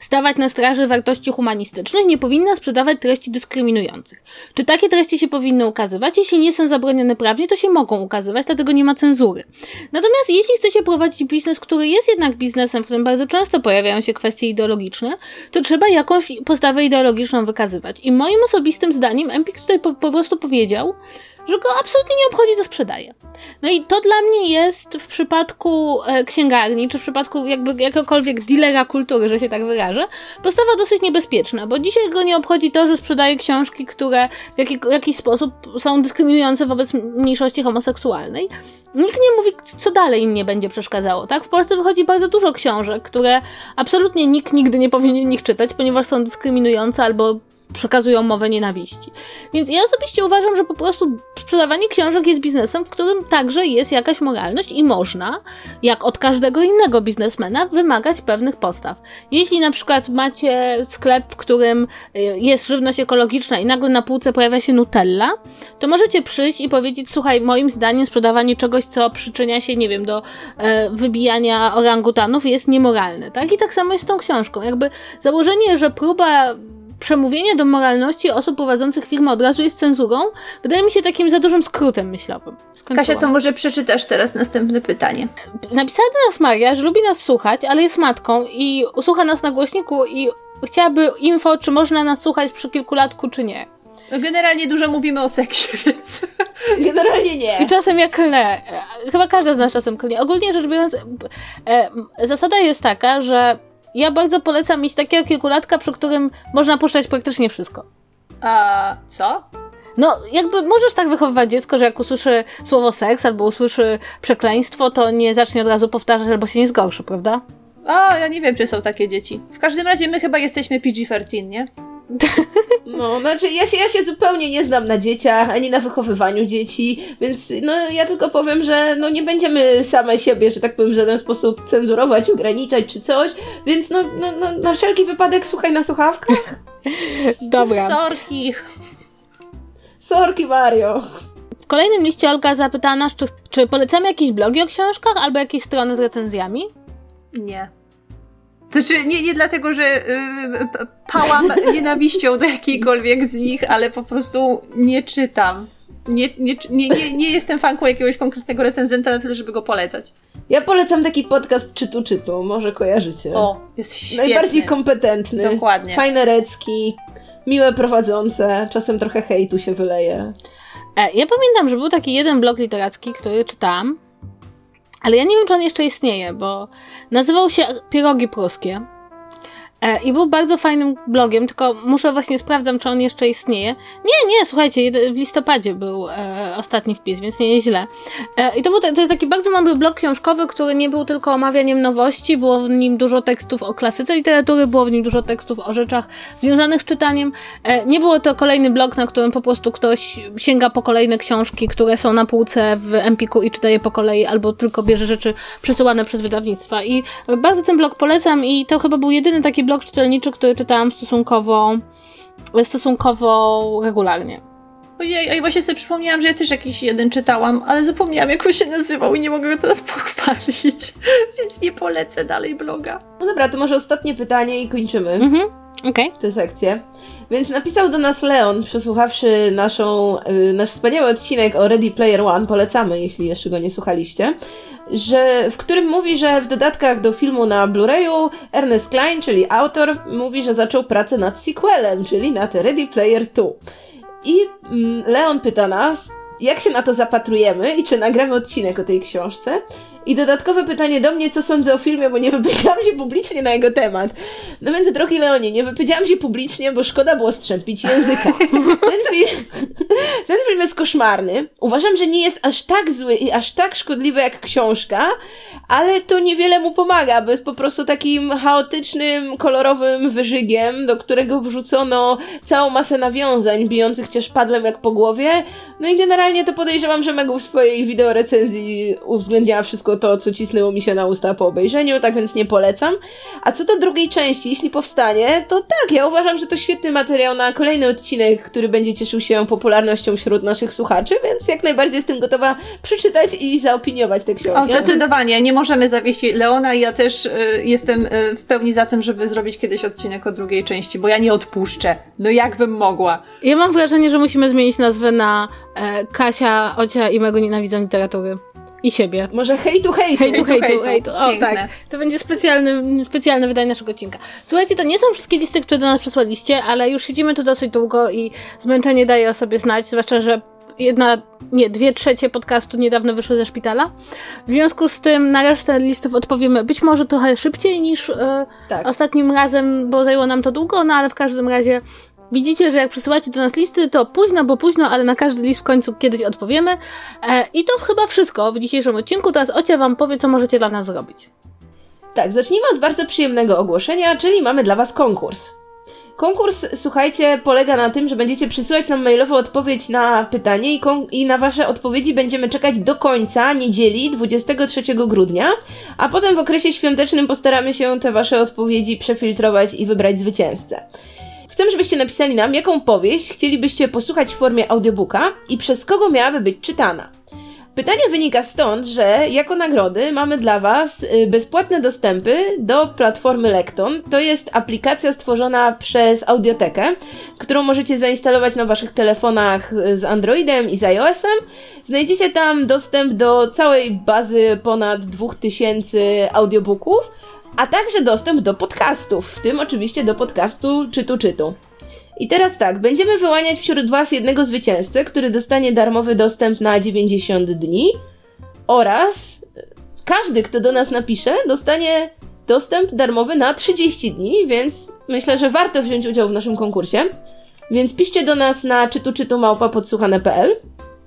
stawać na straży wartości humanistycznych, nie powinna sprzedawać treści dyskryminujących. Czy takie treści się powinny ukazywać? Jeśli nie są zabronione prawnie, to się mogą ukazywać, dlatego nie ma cenzury. Natomiast jeśli chcecie prowadzić biznes, który jest jednak biznesem, w którym bardzo często pojawiają się kwestie ideologiczne, to trzeba jakąś postawę ideologiczną wykazywać. I moim osobistym zdaniem Empik tutaj po prostu powiedział, że go absolutnie nie obchodzi, co sprzedaje. No i to dla mnie jest w przypadku księgarni, czy w przypadku jakby jakiegokolwiek dealera kultury, że się tak wyrażę, postawa dosyć niebezpieczna, bo dzisiaj go nie obchodzi to, że sprzedaje książki, które w jakiś sposób są dyskryminujące wobec mniejszości homoseksualnej. Nikt nie mówi, co dalej im nie będzie przeszkadzało, tak? W Polsce wychodzi bardzo dużo książek, które absolutnie nikt nigdy nie powinien ich czytać, ponieważ są dyskryminujące albo przekazują mowę nienawiści. Więc ja osobiście uważam, że po prostu sprzedawanie książek jest biznesem, w którym także jest jakaś moralność i można, jak od każdego innego biznesmena, wymagać pewnych postaw. Jeśli na przykład macie sklep, w którym jest żywność ekologiczna i nagle na półce pojawia się Nutella, to możecie przyjść i powiedzieć, słuchaj, moim zdaniem sprzedawanie czegoś, co przyczynia się, nie wiem, do wybijania orangutanów jest niemoralne, tak? I tak samo jest z tą książką. Jakby założenie, że próba przemówienia do moralności osób prowadzących firmę od razu jest cenzurą, wydaje mi się takim za dużym skrótem myślowym. Kasia, to może przeczytasz teraz następne pytanie. Napisała do nas Maria, że lubi nas słuchać, ale jest matką i słucha nas na głośniku i chciałaby info, czy można nas słuchać przy kilkulatku, czy nie. No generalnie dużo mówimy o seksie, więc... Generalnie nie. I czasem jak klę. Chyba każda z nas czasem klnie. Ogólnie rzecz biorąc, zasada jest taka, że ja bardzo polecam mieć takiego kilkulatka, przy którym można puszczać praktycznie wszystko. A co? No, jakby możesz tak wychowywać dziecko, że jak usłyszy słowo seks albo usłyszy przekleństwo, to nie zacznie od razu powtarzać albo się nie zgorszy, prawda? O, ja nie wiem, czy są takie dzieci. W każdym razie my chyba jesteśmy PG-13, nie? No, znaczy ja się zupełnie nie znam na dzieciach, ani na wychowywaniu dzieci, więc no ja tylko powiem, że no nie będziemy same siebie, że tak powiem, w żaden sposób cenzurować, ograniczać czy coś, więc no na wszelki wypadek słuchaj na słuchawkach. Dobra. Sorki Mario. W kolejnym liście Olga zapytała nas, czy polecamy jakieś blogi o książkach albo jakieś strony z recenzjami? Nie. To znaczy, nie dlatego, że pałam nienawiścią do jakiejkolwiek z nich, ale po prostu nie czytam. Nie jestem fanką jakiegoś konkretnego recenzenta na tyle, żeby go polecać. Ja polecam taki podcast Czytu, może kojarzycie. O, jest świetny. Najbardziej kompetentny. Dokładnie. Fajne recki, miłe prowadzące, czasem trochę hejtu się wyleje. Ja pamiętam, że był taki jeden blog literacki, który czytałam, ale ja nie wiem, czy on jeszcze istnieje, bo nazywał się Pierogi Pruskie i był bardzo fajnym blogiem, tylko muszę właśnie sprawdzam, czy on jeszcze istnieje. Nie, słuchajcie, w listopadzie był ostatni wpis, więc nie jest źle. I to jest taki bardzo mądry blog książkowy, który nie był tylko omawianiem nowości, było w nim dużo tekstów o klasyce literatury, było w nim dużo tekstów o rzeczach związanych z czytaniem. Nie było to kolejny blog, na którym po prostu ktoś sięga po kolejne książki, które są na półce w Empiku i czyta je po kolei, albo tylko bierze rzeczy przesyłane przez wydawnictwa. I bardzo ten blog polecam i to chyba był jedyny taki blog czytelniczy, który czytałam stosunkowo regularnie. Ojej, właśnie sobie przypomniałam, że ja też jakiś jeden czytałam, ale zapomniałam, jak on się nazywał i nie mogę go teraz pochwalić, więc nie polecę dalej bloga. No dobra, to może ostatnie pytanie i kończymy Okej. tę sekcję. Więc napisał do nas Leon, przesłuchawszy nasz wspaniały odcinek o Ready Player One, polecamy, jeśli jeszcze go nie słuchaliście, w którym mówi, że w dodatkach do filmu na Blu-rayu Ernest Cline, czyli autor, mówi, że zaczął pracę nad sequelem, czyli nad Ready Player 2. I Leon pyta nas, jak się na to zapatrujemy i czy nagramy odcinek o tej książce. I dodatkowe pytanie do mnie, co sądzę o filmie, bo nie wypowiedziałam się publicznie na jego temat. No więc, drogi Leonie, nie wypowiedziałam się publicznie, bo szkoda było strzępić języka. Ten film jest koszmarny. Uważam, że nie jest aż tak zły i aż tak szkodliwy jak książka, ale to niewiele mu pomaga, bo jest po prostu takim chaotycznym, kolorowym wyżygiem, do którego wrzucono całą masę nawiązań, bijących cię szpadlem jak po głowie. No i generalnie to podejrzewam, że Megu w swojej wideorecenzji uwzględniała wszystko było to, co cisnęło mi się na usta po obejrzeniu, tak więc nie polecam. A co do drugiej części, jeśli powstanie, to tak, ja uważam, że to świetny materiał na kolejny odcinek, który będzie cieszył się popularnością wśród naszych słuchaczy, więc jak najbardziej jestem gotowa przeczytać i zaopiniować tę książkę. O, zdecydowanie, nie możemy zawieść Leona i ja też jestem w pełni za tym, żeby zrobić kiedyś odcinek o drugiej części, bo ja nie odpuszczę. No jakbym mogła. Ja mam wrażenie, że musimy zmienić nazwę na Kasia, Ocia i Mego nienawidzą literatury. I siebie. Może hejtu. O tak, to będzie specjalne wydanie naszego odcinka. Słuchajcie, to nie są wszystkie listy, które do nas przesłaliście, ale już siedzimy tu dosyć długo i zmęczenie daje o sobie znać, zwłaszcza, że 2/3 podcastu niedawno wyszły ze szpitala. W związku z tym na resztę listów odpowiemy być może trochę szybciej niż ostatnim razem, bo zajęło nam to długo, no ale w każdym razie widzicie, że jak przysyłacie do nas listy, to późno, ale na każdy list w końcu kiedyś odpowiemy. I to chyba wszystko w dzisiejszym odcinku. Teraz Ocia wam powie, co możecie dla nas zrobić. Tak, zacznijmy od bardzo przyjemnego ogłoszenia, czyli mamy dla was konkurs. Konkurs, słuchajcie, polega na tym, że będziecie przysyłać nam mailowo odpowiedź na pytanie i na wasze odpowiedzi będziemy czekać do końca niedzieli 23 grudnia, a potem w okresie świątecznym postaramy się te wasze odpowiedzi przefiltrować i wybrać zwycięzcę. Chcę, żebyście napisali nam, jaką powieść chcielibyście posłuchać w formie audiobooka i przez kogo miałaby być czytana. Pytanie wynika stąd, że jako nagrody mamy dla was bezpłatne dostępy do platformy Lekton. To jest aplikacja stworzona przez Audiotekę, którą możecie zainstalować na waszych telefonach z Androidem i z iOS-em. Znajdziecie tam dostęp do całej bazy ponad 2000 audiobooków, a także dostęp do podcastów, w tym oczywiście do podcastu Czytu. I teraz tak, będziemy wyłaniać wśród was jednego zwycięzcę, który dostanie darmowy dostęp na 90 dni oraz każdy, kto do nas napisze, dostanie dostęp darmowy na 30 dni, więc myślę, że warto wziąć udział w naszym konkursie. Więc piszcie do nas na czytu@podsłuchane.pl.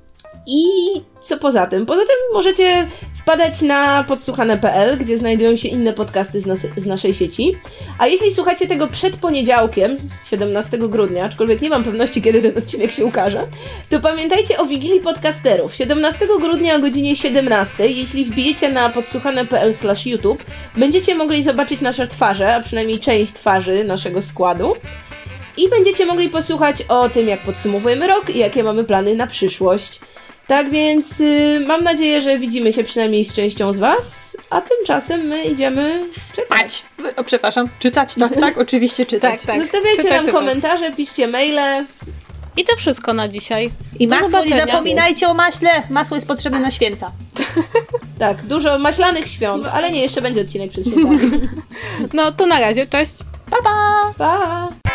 I co poza tym? Poza tym możecie wpadać na podsłuchane.pl, gdzie znajdują się inne podcasty z naszej sieci. A jeśli słuchacie tego przed poniedziałkiem, 17 grudnia, aczkolwiek nie mam pewności, kiedy ten odcinek się ukaże, to pamiętajcie o Wigilii Podcasterów. 17 grudnia o godzinie 17, jeśli wbijecie na podsłuchane.pl/YouTube, będziecie mogli zobaczyć nasze twarze, a przynajmniej część twarzy naszego składu. I będziecie mogli posłuchać o tym, jak podsumowujemy rok i jakie mamy plany na przyszłość. Tak więc mam nadzieję, że widzimy się przynajmniej z częścią z was, a tymczasem my idziemy spać. O, przepraszam, czytać, tak, oczywiście czytać. Tak. Zostawiajcie nam komentarze, piszcie maile. I to wszystko na dzisiaj. I masło, nie zapominajcie o maśle. Masło jest potrzebne na święta. Tak, dużo maślanych świąt, ale nie, jeszcze będzie odcinek przed świętami. No to na razie, cześć. Pa!